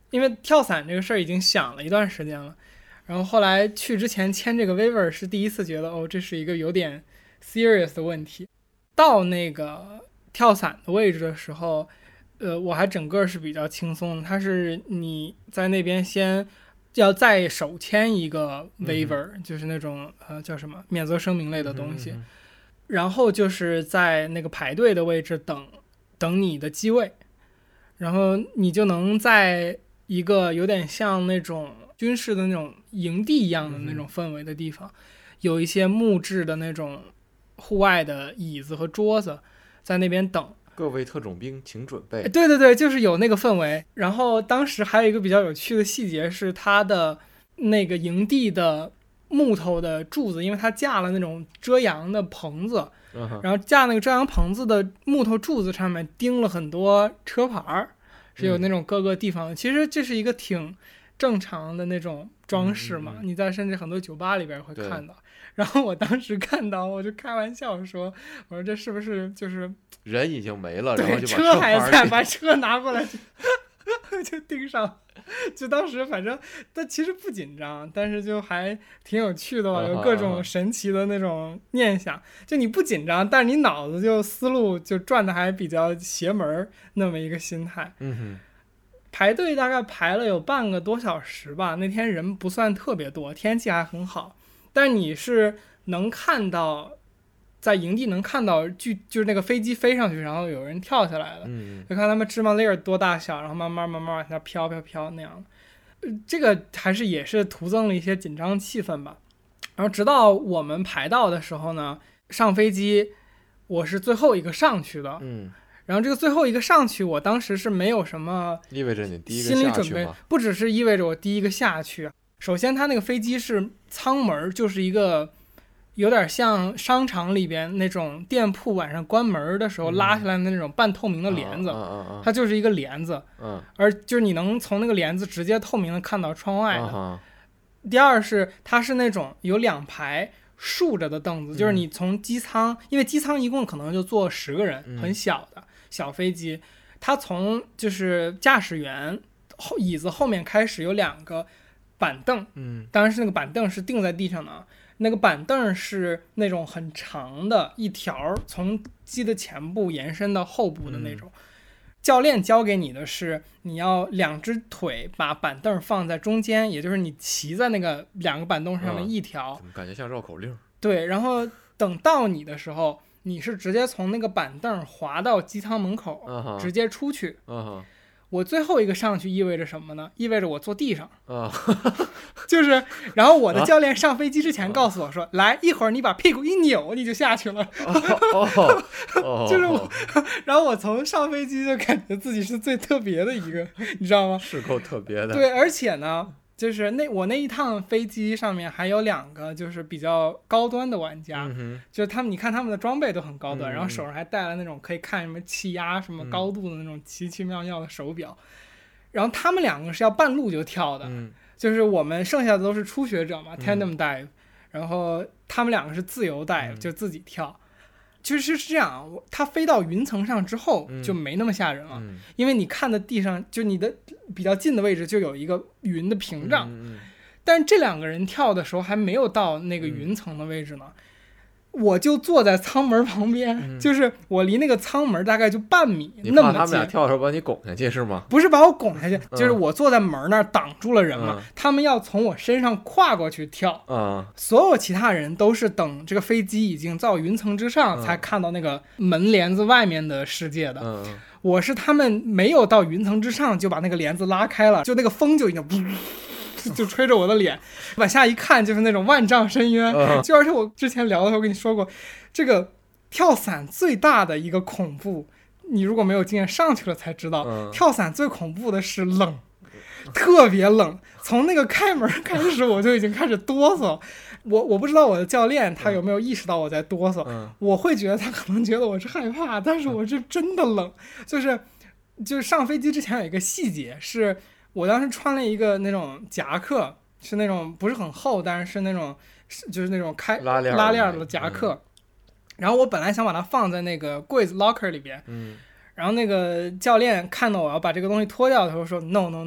S1: 因为跳伞这个事儿已经想了一段时间了，然后后来去之前签这个 waiver 是第一次觉得哦，这是一个有点 serious 的问题。到那个跳伞的位置的时候，呃，我还整个是比较轻松的。它是你在那边先要再手签一个 waiver，、嗯、就是那种呃叫什么免责声明类的东西，嗯嗯嗯然后就是在那个排队的位置等等你的机位，然后你就能在一个有点像那种军事的那种营地一样的那种氛围的地方，嗯、有一些木质的那种户外的椅子和桌子，在那边等。
S2: 各位特种兵请准备。
S1: 对对对，就是有那个氛围。然后当时还有一个比较有趣的细节是它的那个营地的木头的柱子，因为它架了那种遮阳的棚子，
S2: 嗯、
S1: 然后架那个遮阳棚子的木头柱子上面钉了很多车牌，是有那种各个地方的、嗯、其实这是一个挺正常的那种装饰嘛、嗯、你在甚至很多酒吧里边会看到。然后我当时看到我就开玩笑说，我说这是不是就是
S2: 人已经没了，然后就把
S1: 车还在，把车拿过来就就钉上。就当时反正但其实不紧张，但是就还挺有趣的吧，有各种神奇的那种念想。就你不紧张，但是你脑子就思路就转的还比较邪门那么一个心态。
S2: 嗯哼。
S1: 排队大概排了有半个多小时吧，那天人不算特别多，天气还很好，但你是能看到在营地能看到就就是那个飞机飞上去，然后有人跳下来了，
S2: 嗯，
S1: 就看他们芝麻粒儿多大小，然后慢慢慢慢往下飘飘飘那样的，这个还是也是徒增了一些紧张气氛吧。然后直到我们排到的时候呢，上飞机我是最后一个上去的，
S2: 嗯。
S1: 然后这个最后一个上去，我当时是没有什么
S2: 意味着你第一个
S1: 心理准备，不只是意味着我第一个下去。首先，它那个飞机是舱门，就是一个有点像商场里边那种店铺晚上关门的时候拉下来的那种半透明的帘子，
S2: 嗯嗯、
S1: 它就是一个帘子，
S2: 嗯，
S1: 而就是你能从那个帘子直接透明的看到窗外的。
S2: 嗯、
S1: 第二是它是那种有两排竖着的凳子，就是你从机舱，因为机舱一共可能就坐十个人，很小的。小飞机，它从就是驾驶员后椅子后面开始有两个板凳，
S2: 嗯，
S1: 当然是那个板凳是钉在地上的，那个板凳是那种很长的一条，从机的前部延伸到后部的那种。嗯、教练教给你的是，你要两只腿把板凳放在中间，也就是你骑在那个两个板凳上面一条，
S2: 怎么感觉像绕口令？
S1: 对，然后等到你的时候。你是直接从那个板凳滑到机舱门口，
S2: uh-huh.
S1: 直接出去。
S2: Uh-huh.
S1: 我最后一个上去意味着什么呢？意味着我坐地上。
S2: Uh-huh.
S1: 就是，然后我的教练上飞机之前告诉我说：“ uh-huh. 来，一会儿你把屁股一扭，你就下去了。
S2: uh-huh.
S1: 就是我，然后我从上飞机就感觉自己是最特别的一个，你知道吗？
S2: 是够特别的。
S1: 对，而且呢。就是那我那一趟飞机上面还有两个就是比较高端的玩家，
S2: 嗯、
S1: 就是他们你看他们的装备都很高端，
S2: 嗯、
S1: 然后手上还戴了那种可以看什么气压什么高度的那种奇奇妙妙的手表，嗯、然后他们两个是要半路就跳的，
S2: 嗯、
S1: 就是我们剩下的都是初学者嘛、
S2: 嗯、
S1: tandem dive， 然后他们两个是自由 dive、嗯、就自己跳。就是是这样，它飞到云层上之后就没那么吓人了、
S2: 嗯、
S1: 因为你看的地上就你的比较近的位置就有一个云的屏障、
S2: 嗯、
S1: 但这两个人跳的时候还没有到那个云层的位置呢、嗯、我就坐在舱门旁边、嗯、就是我离那个舱门大概就半米那么近。
S2: 你怕他们俩跳的时候把你拱下去是吗？
S1: 不是把我拱下去、嗯、就是我坐在门那儿挡住了人嘛、嗯、他们要从我身上跨过去跳、
S2: 嗯、
S1: 所有其他人都是等这个飞机已经到云层之上、嗯、才看到那个门帘子外面的世界的、
S2: 嗯、
S1: 我是他们没有到云层之上就把那个帘子拉开了，就那个风就已经就吹着我的脸，往下一看就是那种万丈深渊、嗯、就而且我之前聊的时候跟你说过，这个跳伞最大的一个恐怖，你如果没有经验上去了才知道、嗯、跳伞最恐怖的是冷，特别冷，从那个开门开始我就已经开始哆嗦，我我不知道我的教练他有没有意识到我在哆嗦、
S2: 嗯、
S1: 我会觉得他可能觉得我是害怕，但是我是真的冷、嗯、就是就是上飞机之前有一个细节是我当时穿了一个那种夹克，是那种不是很厚，但是是那种就是那种开
S2: 拉链
S1: 拉链的夹克、嗯、然后我本来想把它放在那个柜子 locker 里边，
S2: 嗯，
S1: 然后那个教练看到我要把这个东西脱掉的时候说 no no no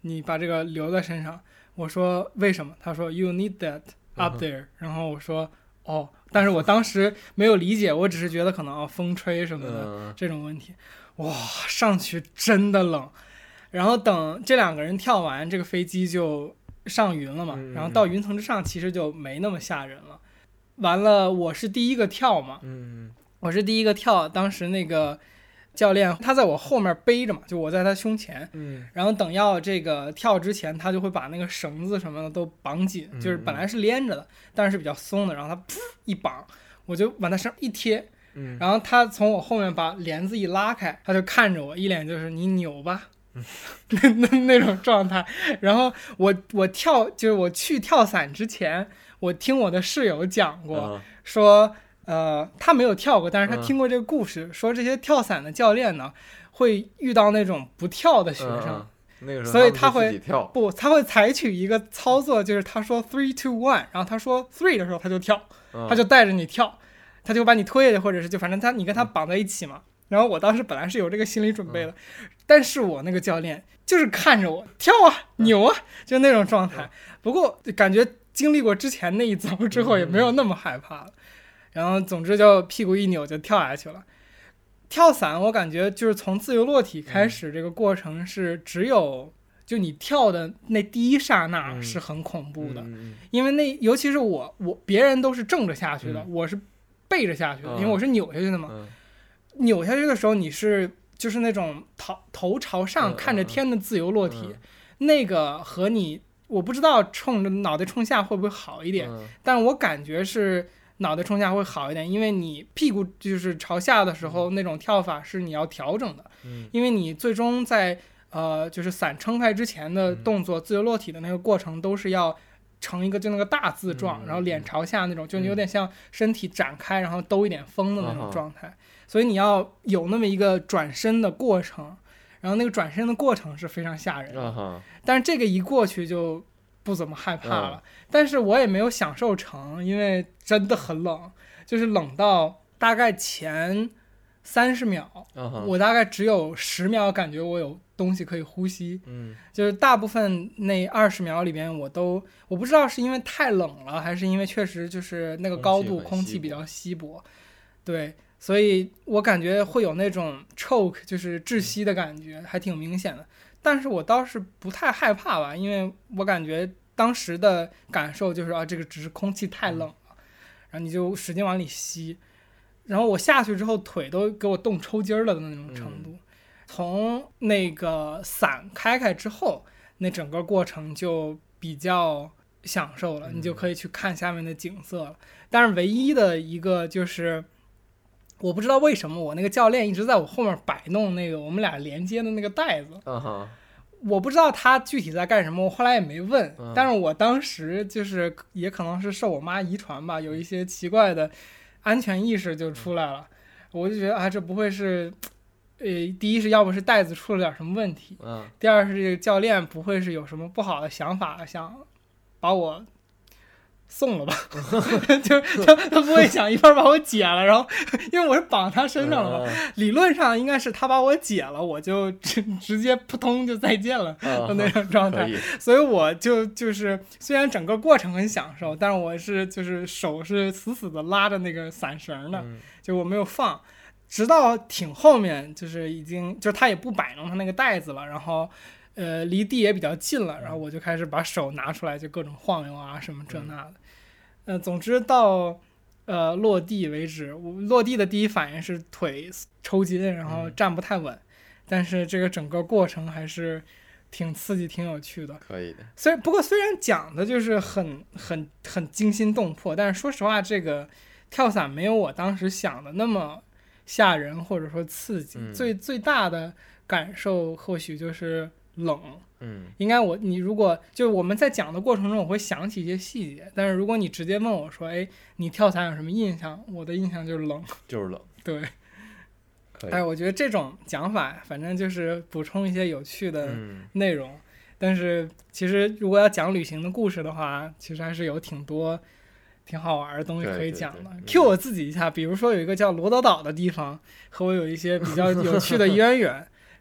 S1: 你把这个留在身上。我说为什么？他说 You need that up there、嗯、然后我说哦，但是我当时没有理解，我只是觉得可能、哦、风吹什么的、嗯、这种问题。哇，上去真的冷。然后等这两个人跳完，这个飞机就上云了嘛、嗯、然后到云层之上其实就没那么吓人了。完了我是第一个跳嘛，
S2: 嗯，
S1: 我是第一个跳，当时那个教练他在我后面背着嘛，就我在他胸前，
S2: 嗯，
S1: 然后等要这个跳之前，他就会把那个绳子什么的都绑紧，
S2: 嗯、
S1: 就是本来是连着的，但是是比较松的，然后他噗一绑，我就往他身上一贴，
S2: 嗯，
S1: 然后他从我后面把帘子一拉开，他就看着我，一脸就是你扭吧，那那那种状态。然后我我跳就是我去跳伞之前，我听我的室友讲过，
S2: 嗯、
S1: 说。呃，他没有跳过，但是他听过这个故事，嗯、说这些跳伞的教练呢，会遇到那种不跳的学生，
S2: 嗯嗯、那个时候
S1: 所以他会
S2: 自己跳
S1: 不，他会采取一个操作，就是他说 three two one， 然后他说 three 的时候他就跳，
S2: 嗯、
S1: 他就带着你跳，他就把你推下去，或者是就反正他你跟他绑在一起嘛。然后我当时本来是有这个心理准备的，嗯、但是我那个教练就是看着我跳啊扭啊，就那种状态。
S2: 嗯、
S1: 不过感觉经历过之前那一遭之后，也没有那么害怕了。然后总之就屁股一扭就跳下去了。跳伞我感觉就是从自由落体开始，这个过程是只有就你跳的那第一刹那是很恐怖的，
S2: 嗯、
S1: 因为那尤其是我我别人都是正着下去的，
S2: 嗯、
S1: 我是背着下去的，
S2: 嗯、
S1: 因为我是扭下去的嘛、
S2: 嗯、
S1: 扭下去的时候你是就是那种头头朝上看着天的自由落体、
S2: 嗯、
S1: 那个和你我不知道冲着脑袋冲下会不会好一点、
S2: 嗯、
S1: 但我感觉是脑袋冲下会好一点，因为你屁股就是朝下的时候、嗯、那种跳法是你要调整的、
S2: 嗯、
S1: 因为你最终在呃就是伞撑开之前的动作、嗯、自由落体的那个过程都是要成一个就那个大字状、嗯、然后脸朝下那种、嗯、就有点像身体展开然后兜一点风的那种状态、嗯、所以你要有那么一个转身的过程，然后那个转身的过程是非常吓人的、
S2: 嗯、
S1: 但是这个一过去就不怎么害怕了、嗯、但是我也没有享受成，因为真的很冷，就是冷到大概前三十秒、
S2: uh-huh.
S1: 我大概只有十秒感觉我有东西可以呼吸，
S2: 嗯，
S1: 就是大部分那二十秒里边我都我不知道是因为太冷了还是因为确实就是那个高度空气比较稀薄，对，所以我感觉会有那种 choke 就是窒息的感觉、嗯、还挺明显的，但是我倒是不太害怕吧，因为我感觉当时的感受就是啊，这个只是空气太冷了、嗯、然后你就使劲往里吸，然后我下去之后腿都给我冻抽筋了的那种程度、嗯、从那个伞开开之后那整个过程就比较享受了、嗯、你就可以去看下面的景色了。但是唯一的一个就是我不知道为什么我那个教练一直在我后面摆弄那个我们俩连接的那个带子、
S2: uh-huh.
S1: 我不知道他具体在干什么，我后来也没问、uh-huh. 但是我当时就是也可能是受我妈遗传吧，有一些奇怪的安全意识就出来了、uh-huh. 我就觉得啊，这不会是呃，第一是要不是带子出了点什么问题、
S2: uh-huh.
S1: 第二是这个教练不会是有什么不好的想法想把我送了吧就他他不会想一边把我解了，然后因为我是绑他身上了嘛、uh-huh. 理论上应该是他把我解了我就直直接扑通就再见了的、uh-huh. 那种状态，所以我就就是虽然整个过程很享受，但是我是就是手是死死的拉着那个伞绳的、嗯、就我没有放，直到挺后面就是已经就是他也不摆弄他那个带子了，然后呃，离地也比较近了，然后我就开始把手拿出来就各种晃悠啊什么这那的、嗯、呃，总之到呃落地为止，我落地的第一反应是腿抽筋，然后站不太稳、嗯、但是这个整个过程还是挺刺激挺有趣的，
S2: 可以的。
S1: 虽然不过虽然讲的就是很很很惊心动魄，但是说实话这个跳伞没有我当时想的那么吓人或者说刺激、嗯、最最大的感受或许就是冷，
S2: 嗯，
S1: 应该我你如果就我们在讲的过程中我会想起一些细节，但是如果你直接问我说哎你跳伞有什么印象，我的印象就是冷，
S2: 就是冷，
S1: 对，哎，我觉得这种讲法反正就是补充一些有趣的内容、嗯、但是其实如果要讲旅行的故事的话，其实还是有挺多挺好玩的东西可以讲的。
S2: 对对对
S1: Q 我自己一下，比如说有一个叫罗德岛的地方和我有一些比较有趣的渊源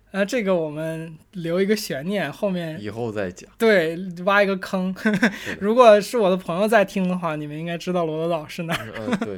S1: 呃，这个我们留一个悬念，后面
S2: 以后再讲。
S1: 对，挖一个坑。如果是我的朋友在听的话，你们应该知道罗德岛是哪儿。
S2: 嗯，对。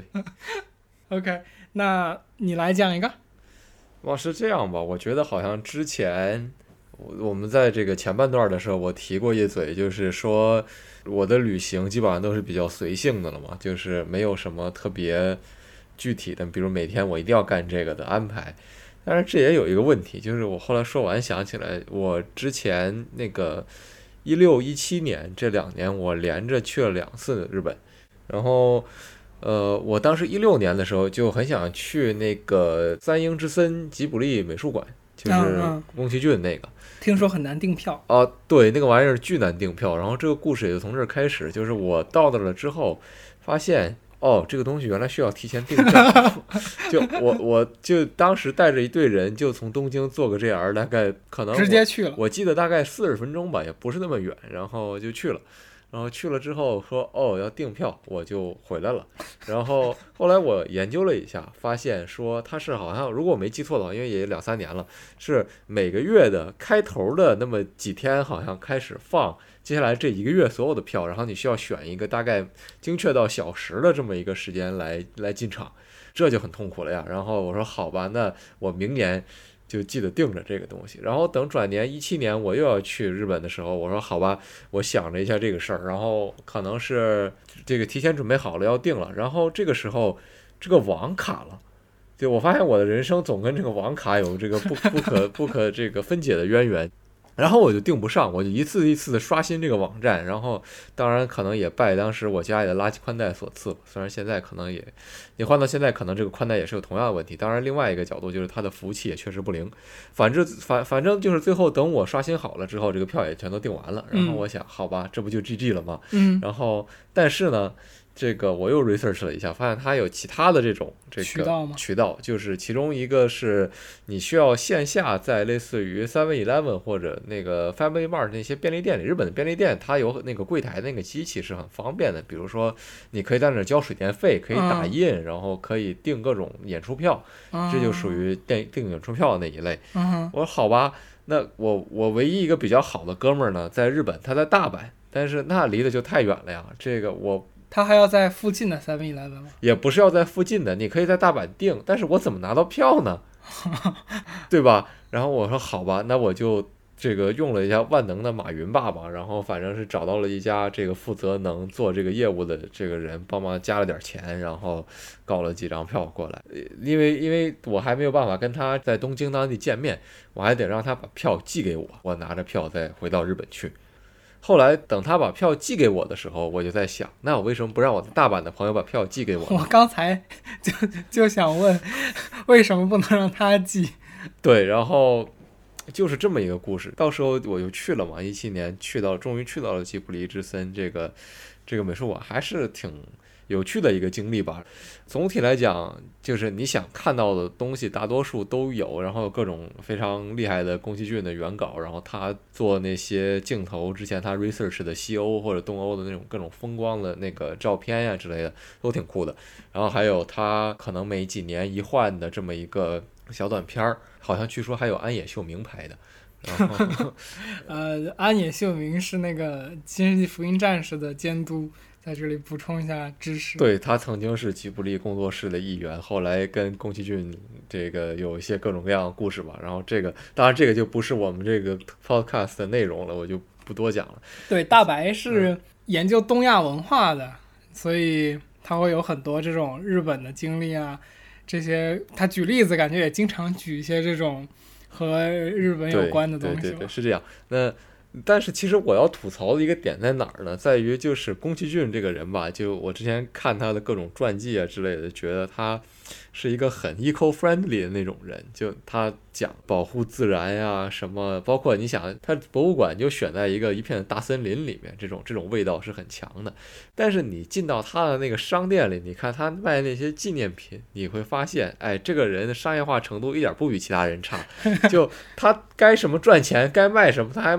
S1: OK， 那你来讲一个。
S2: 哇，是这样吧？我觉得好像之前我们在这个前半段的时候，我提过一嘴，就是说我的旅行基本上都是比较随性的了嘛，就是没有什么特别具体的，比如每天我一定要干这个的安排。但是这也有一个问题，就是我后来说完想起来，我之前那个一六一七年这两年我连着去了两次日本，然后呃，我当时一六年的时候就很想去那个三鹰之森吉卜力美术馆，就是宫崎骏那个、嗯嗯，
S1: 听说很难订票
S2: 啊，对，那个玩意儿巨难订票。然后这个故事也就从这儿开始，就是我到那了之后发现。哦，这个东西原来需要提前订票，就我我就当时带着一队人，就从东京坐个 J R， 大概可能
S1: 直接去了，
S2: 我记得大概四十分钟吧，也不是那么远，然后就去了。然后去了之后说哦要订票，我就回来了。然后后来我研究了一下，发现说它是好像如果我没记错的话，因为也两三年了，是每个月的开头的那么几天好像开始放接下来这一个月所有的票，然后你需要选一个大概精确到小时的这么一个时间来来进场，这就很痛苦了呀。然后我说好吧，那我明年就记得定着这个东西。然后等转年一七年我又要去日本的时候，我说好吧，我想了一下这个事儿，然后可能是这个提前准备好了要定了，然后这个时候这个网卡了。就我发现我的人生总跟这个网卡有这个不不可不可这个分解的渊源。然后我就订不上，我就一次一次的刷新这个网站，然后当然可能也拜当时我家里的垃圾宽带所赐，虽然现在可能也你换到现在可能这个宽带也是有同样的问题。当然另外一个角度就是它的服务器也确实不灵，反正反反正就是最后等我刷新好了之后，这个票也全都订完了。然后我想好吧，这不就 G G 了吗？
S1: 嗯，
S2: 然后但是呢这个我又 research 了一下，发现它有其他的这种这个
S1: 渠道吗？
S2: 渠道就是其中一个是你需要线下在类似于 seven eleven 或者那个 Family Mart 那些便利店里，日本的便利店它有那个柜台那个机器是很方便的，比如说你可以在那交水电费，可以打印，嗯、然后可以订各种演出票，
S1: 嗯、
S2: 这就属于订订演出票那一类。
S1: 嗯、
S2: 我说好吧，那我我唯一一个比较好的哥们儿呢，在日本，他在大阪，但是那离得就太远了呀，这个我。
S1: 他还要在附近的 seven eleven 吗？
S2: 也不是要在附近的，你可以在大阪订，但是我怎么拿到票呢？对吧？然后我说好吧，那我就这个用了一下万能的马云爸爸，然后反正是找到了一家这个负责能做这个业务的这个人，帮忙加了点钱，然后搞了几张票过来。因为因为我还没有办法跟他在东京当地见面，我还得让他把票寄给我，我拿着票再回到日本去。后来等他把票寄给我的时候，我就在想，那我为什么不让我大阪的朋友把票寄给我？
S1: 我刚才就就想问，为什么不能让他寄？
S2: 对，然后就是这么一个故事。到时候我就去了嘛，一七年去到，终于去到了吉卜力之森这个这个美术馆，还是挺有趣的一个经历吧。总体来讲，就是你想看到的东西大多数都有，然后各种非常厉害的宫崎骏的原稿，然后他做那些镜头之前他 research 的西欧或者东欧的那种各种风光的那个照片呀之类的都挺酷的。然后还有他可能每几年一换的这么一个小短片儿，好像据说还有安野秀明拍的。然后
S1: 呃，安野秀明是那个《新世纪福音战士》的监督，在这里补充一下知识。
S2: 对，他曾经是吉卜力工作室的一员，后来跟宫崎骏这个有一些各种各样的故事吧。然后这个当然这个就不是我们这个 podcast 的内容了，我就不多讲了。
S1: 对，大白是研究东亚文化的，嗯、所以他会有很多这种日本的经历啊，这些他举例子感觉也经常举一些这种和日本有关的东西吧。
S2: 对对对，是这样。那但是其实我要吐槽的一个点在哪儿呢？在于就是宫崎骏这个人吧，就我之前看他的各种传记啊之类的，觉得他是一个很 eco-friendly 的那种人，就他讲保护自然呀什么，包括你想他博物馆就选在一个一片大森林里面，这种这种味道是很强的。但是你进到他的那个商店里，你看他卖那些纪念品，你会发现，哎，这个人的商业化程度一点不比其他人差，就他该什么赚钱该卖什么他还卖什么。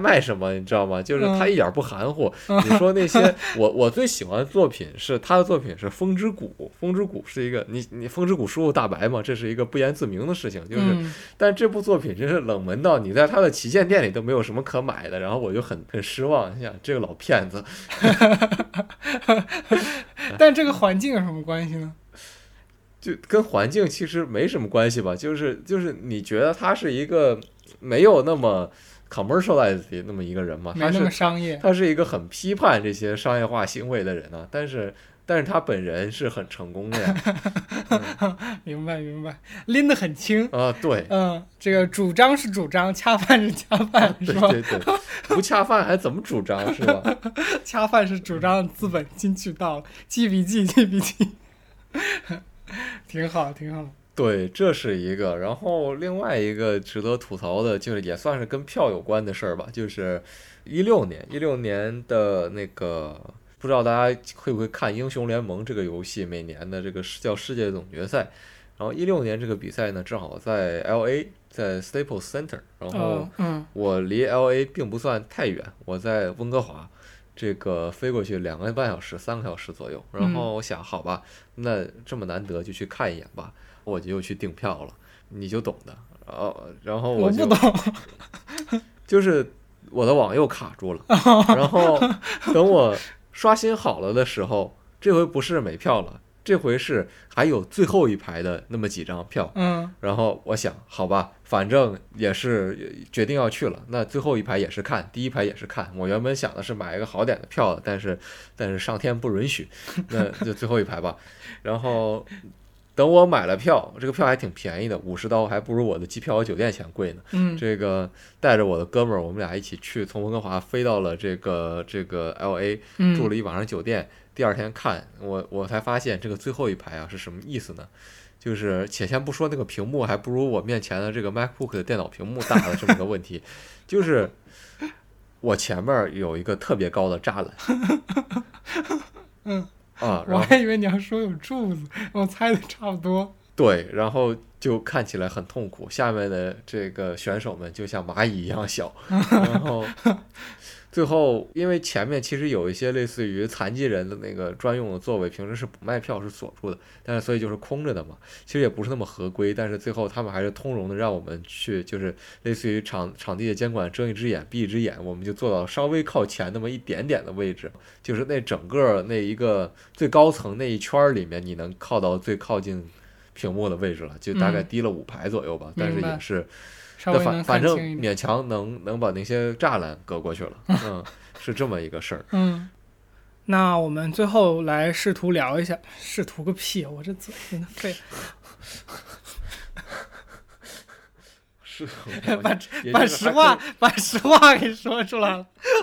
S2: 吗？你知道吗？就是他一点不含糊。嗯、你说那些我我最喜欢的作品是他的作品是《风之谷》，《风之谷》是一个你你《风之谷》输入大白嘛，这是一个不言自明的事情，就是，
S1: 嗯、
S2: 但这部作品真是冷门到你在他的旗舰店里都没有什么可买的，然后我就很很失望，想这个老骗子。
S1: 但这个环境有什么关系呢？
S2: 就跟环境其实没什么关系吧，就是就是你觉得他是一个没有那么 commercialized 的那么一个人嘛，
S1: 没那么商业，
S2: 他是一个很批判这些商业化行为的人啊，但是但是他本人是很成功的呀。
S1: 嗯、明白明白，拎得很轻
S2: 啊，对，
S1: 嗯，这个主张是主张，恰饭是恰饭，是吧？
S2: 对对对，不恰饭还怎么主张是吧？
S1: 恰饭是主张资本进去到了，记笔记记笔记。挺好挺好，
S2: 对，这是一个。然后另外一个值得吐槽的，就是也算是跟票有关的事儿吧，就是一六年一六年的那个，不知道大家会不会看英雄联盟这个游戏，每年的这个叫世界总决赛。然后一六年这个比赛呢，正好在 L A， 在 Staples Center， 然后我离 L A 并不算太远，我在温哥华。这个飞过去两个半小时三个小时左右，然后我想好吧，那这么难得就去看一眼吧，我就又去订票了，你就懂的。然后然后我就
S1: 我不懂，
S2: 就是我的网又卡住了，然后等我刷新好了的时候，这回不是没票了，这回是还有最后一排的那么几张票，
S1: 嗯，
S2: 然后我想好吧，反正也是决定要去了，那最后一排也是看，第一排也是看。我原本想的是买一个好点的票的，但是但是上天不允许，那就最后一排吧。然后等我买了票，这个票还挺便宜的，五十刀，还不如我的机票和酒店钱贵呢。
S1: 嗯，
S2: 这个带着我的哥们儿，我们俩一起去，从温哥华飞到了这个这个 L A， 住了一晚上酒店。嗯，第二天看我我才发现这个最后一排啊是什么意思呢？就是且先不说那个屏幕还不如我面前的这个 MacBook 的电脑屏幕大的这么个问题，就是我前面有一个特别高的栅栏。
S1: 嗯
S2: 啊，
S1: 我还以为你要说有柱子，我猜的差不多。
S2: 对，然后就看起来很痛苦，下面的这个选手们就像蚂蚁一样小，然后最后因为前面其实有一些类似于残疾人的那个专用的座位，平时是不卖票是锁住的，但是所以就是空着的嘛，其实也不是那么合规，但是最后他们还是通融的让我们去，就是类似于场场地的监管睁一只眼闭一只眼，我们就坐到稍微靠前那么一点点的位置，就是那整个那一个最高层那一圈里面你能靠到最靠近屏幕的位置了，就大概低了五排左右吧，嗯，但是也是反反正勉强能能把那些栅栏隔过去了，嗯，是这么一个事儿。
S1: 嗯，那我们最后来试图聊一下，试图个屁，我这嘴真的废。
S2: 是
S1: 把把实话把实话给说出来了。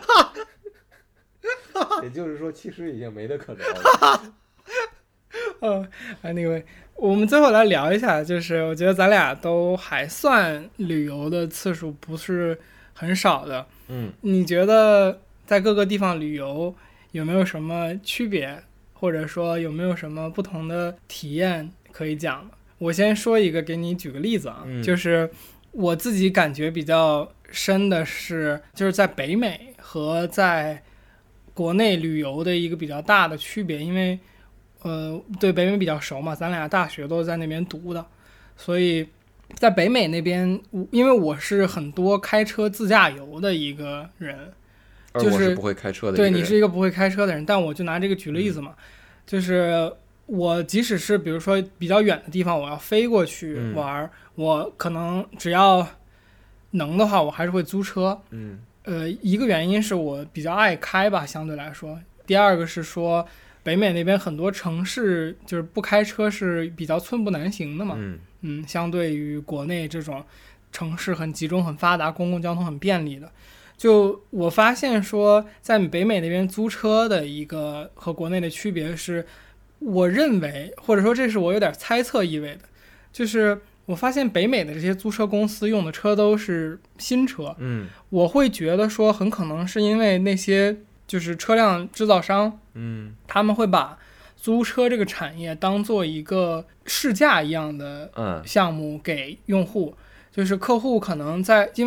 S2: 也就是说，其实已经没得可聊了。
S1: 呃，anyway，我们最后来聊一下，就是我觉得咱俩都还算旅游的次数不是很少的。
S2: 嗯，
S1: 你觉得在各个地方旅游有没有什么区别，或者说有没有什么不同的体验可以讲的？我先说一个，给你举个例子啊，
S2: 嗯，
S1: 就是我自己感觉比较深的是，就是在北美和在国内旅游的一个比较大的区别，因为呃，对北美比较熟嘛，咱俩大学都在那边读的，所以在北美那边，因为我是很多开车自驾游的一个人，就是
S2: 而我是不会开车的一个人。
S1: 对，你是一个不会开车的人，但我就拿这个举例子嘛，嗯，就是我即使是比如说比较远的地方，我要飞过去玩，嗯，我可能只要能的话，我还是会租车。
S2: 嗯，
S1: 呃，一个原因是我比较爱开吧，相对来说。第二个是说，北美那边很多城市就是不开车是比较寸步难行的嘛。
S2: 嗯
S1: 嗯，相对于国内这种城市很集中、很发达、公共交通很便利的，就我发现说，在北美那边租车的一个和国内的区别是，我认为或者说这是我有点猜测意味的，就是我发现北美的这些租车公司用的车都是新车。
S2: 嗯，
S1: 我会觉得说很可能是因为那些就是车辆制造商，
S2: 嗯，
S1: 他们会把租车这个产业当做一个试驾一样的项目给用户，嗯，就是客户可能在，因为他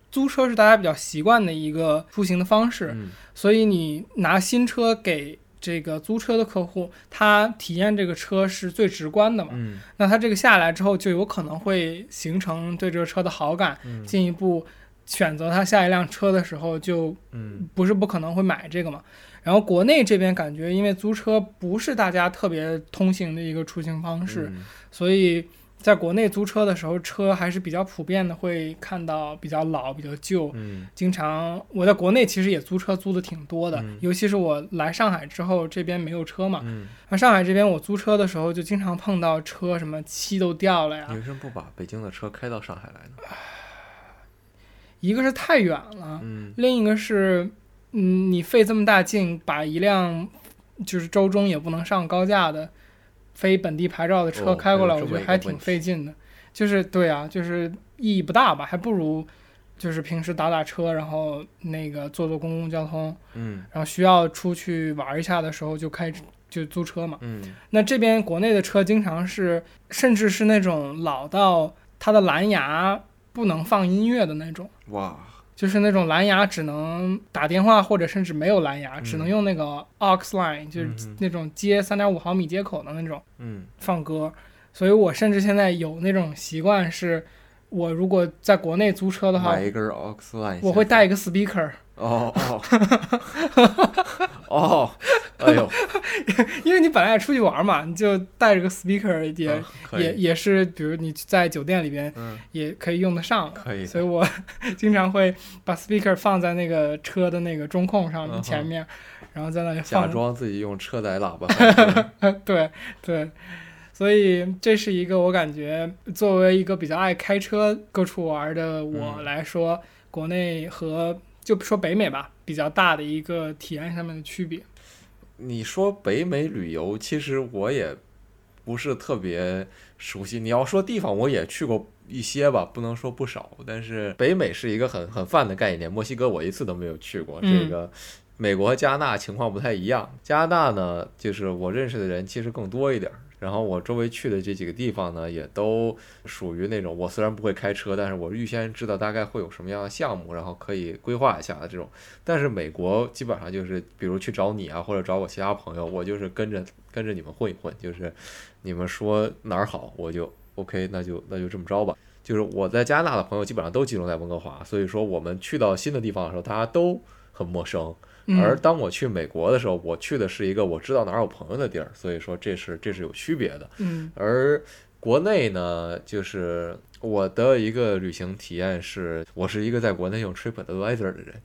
S1: 租车是大家比较习惯的一个出行的方式，
S2: 嗯、
S1: 所以你拿新车给这个租车的客户，他体验这个车是最直观的嘛、
S2: 嗯、
S1: 那他这个下来之后就有可能会形成对这个车的好感、
S2: 嗯、
S1: 进一步选择他下一辆车的时候就不是不可能会买这个嘛。然后国内这边感觉因为租车不是大家特别通行的一个出行方式、
S2: 嗯、
S1: 所以在国内租车的时候车还是比较普遍的，会看到比较老比较旧、
S2: 嗯、
S1: 经常我在国内其实也租车租的挺多的、
S2: 嗯、
S1: 尤其是我来上海之后这边没有车嘛、
S2: 嗯、
S1: 而上海这边我租车的时候就经常碰到车什么漆都掉了呀。
S2: 你为什么不把北京的车开到上海来呢？
S1: 一个是太远了、
S2: 嗯、
S1: 另一个是嗯，你费这么大劲把一辆就是周中也不能上高架的非本地牌照的车开过来、哦、我觉得还挺费劲的。就是对啊，就是意义不大吧，还不如就是平时打打车，然后那个坐坐公共交通，
S2: 嗯，
S1: 然后需要出去玩一下的时候就开就租车嘛。
S2: 嗯，
S1: 那这边国内的车经常是甚至是那种老到它的蓝牙不能放音乐的那种。
S2: 哇，
S1: 就是那种蓝牙只能打电话，或者甚至没有蓝牙、
S2: 嗯、
S1: 只能用那个 aux line、嗯、就是那种接 三点五毫米接口的那种放歌、嗯、所以我甚至现在有那种习惯，是我如果在国内租车的话，
S2: 买一根 aux line，
S1: 我会带一个 speaker。
S2: 哦哦哦，哎呦，
S1: 因为你本来也出去玩嘛，你就带着个 speaker 也、
S2: 嗯、
S1: 也也是，比如你在酒店里边也可以用得上、
S2: 嗯、可以，
S1: 所以我经常会把 speaker 放在那个车的那个中控上面前面、嗯、然后在那里放，
S2: 假装自己用车载喇叭
S1: 对对，所以这是一个我感觉作为一个比较爱开车各处玩的我来说、嗯、国内和就说北美吧比较大的一个体验上面的区别。
S2: 你说北美旅游，其实我也不是特别熟悉。你要说地方，我也去过一些吧，不能说不少。但是北美是一个很很泛的概念，墨西哥我一次都没有去过。
S1: 嗯、
S2: 这个美国和加拿大情况不太一样。加拿大呢，就是我认识的人其实更多一点。然后我周围去的这几个地方呢，也都属于那种我虽然不会开车，但是我预先知道大概会有什么样的项目，然后可以规划一下的这种。但是美国基本上就是比如去找你啊，或者找我其他朋友，我就是跟着跟着你们混一混，就是你们说哪儿好我就 OK， 那就那就这么着吧。就是我在加拿大的朋友基本上都集中在温哥华，所以说我们去到新的地方的时候大家都很陌生。而当我去美国的时候，我去的是一个我知道哪儿有朋友的地儿，所以说这是这是有区别的。
S1: 嗯，
S2: 而国内呢，就是我的一个旅行体验是，我是一个在国内用 TripAdvisor 的人，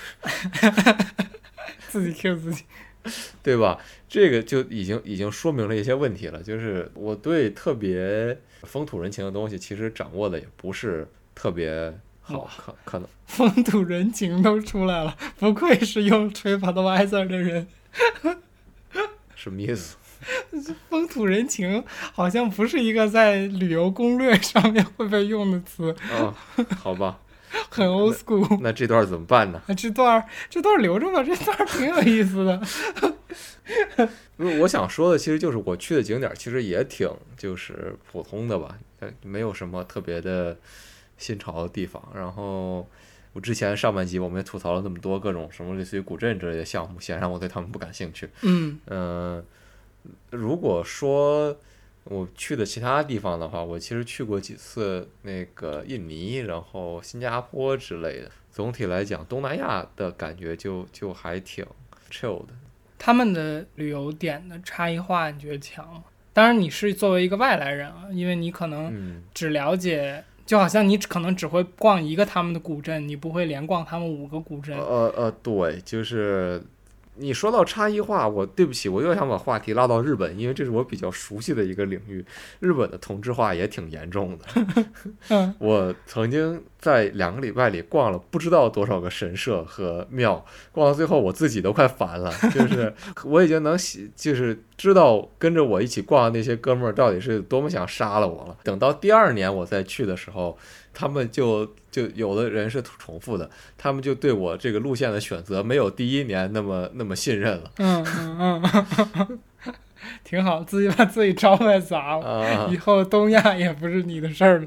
S1: 自己 Q 自己，
S2: 对吧？这个就已经已经说明了一些问题了，就是我对特别风土人情的东西，其实掌握的也不是特别。好，可可能
S1: 风土人情都出来了，不愧是用 TripAdvisor 的人。
S2: 什么意思？
S1: 风土人情好像不是一个在旅游攻略上面会被用的词。
S2: 哦，好吧，
S1: 很 old school
S2: 那。那这段怎么办呢？
S1: 这段这段留着吧，这段挺有意思的。
S2: 我想说的其实就是我去的景点其实也挺就是普通的吧，没有什么特别的新潮的地方。然后我之前上半集我们也吐槽了那么多各种什么类似于古镇之类的项目，显然我对他们不感兴趣。
S1: 嗯
S2: 嗯、呃，如果说我去的其他地方的话，我其实去过几次那个印尼，然后新加坡之类的。总体来讲，东南亚的感觉就就还挺 chill 的。
S1: 他们的旅游点的差异化，你觉得强吗？当然，你是作为一个外来人啊，因为你可能只了解。嗯，就好像你可能只会逛一个他们的古镇，你不会连逛他们五个古镇。
S2: 呃呃，对，就是你说到差异化，我对不起，我又想把话题拉到日本，因为这是我比较熟悉的一个领域。日本的同质化也挺严重的。
S1: 嗯，
S2: 我曾经在两个礼拜里逛了不知道多少个神社和庙，逛到最后我自己都快烦了。就是我已经能就是知道跟着我一起逛的那些哥们儿到底是多么想杀了我了。等到第二年我再去的时候，他们就就有的人是重复的，他们就对我这个路线的选择没有第一年那么那么信任了。
S1: 嗯嗯嗯，挺好，自己把自己招来砸了，啊，以后东亚也不是你的事儿了。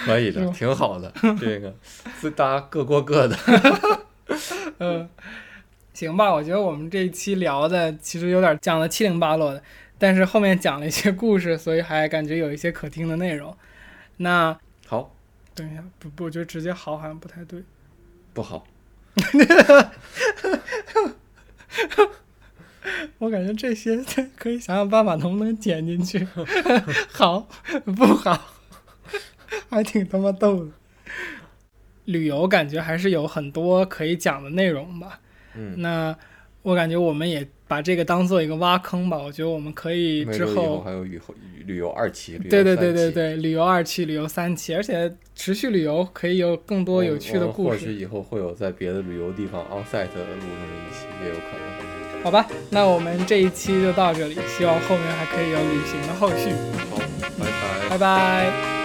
S2: 可以的，挺好的。这个是大家各过各的。
S1: 嗯，行吧，我觉得我们这一期聊的其实有点讲的七零八落的，但是后面讲了一些故事，所以还感觉有一些可听的内容。那
S2: 好，
S1: 等一下，不不，我觉得直接好好像不太对，
S2: 不好。
S1: 我感觉这些可以想想办法能不能剪进去。好不好，还挺他妈逗的。旅游感觉还是有很多可以讲的内容吧。
S2: 嗯，
S1: 那我感觉我们也把这个当做一个挖坑吧。我觉得我们可以之后
S2: 以后还有旅游旅游二期，
S1: 对对对对对，旅游二期、旅游三期，而且持续旅游可以有更多有趣的故事。
S2: 或许以后会有在别的旅游地方 onsite 录那么一期，也有可能。
S1: 好吧，那我们这一期就到这里，希望后面还可以有旅行的后续。
S2: 好，拜拜，
S1: 拜拜。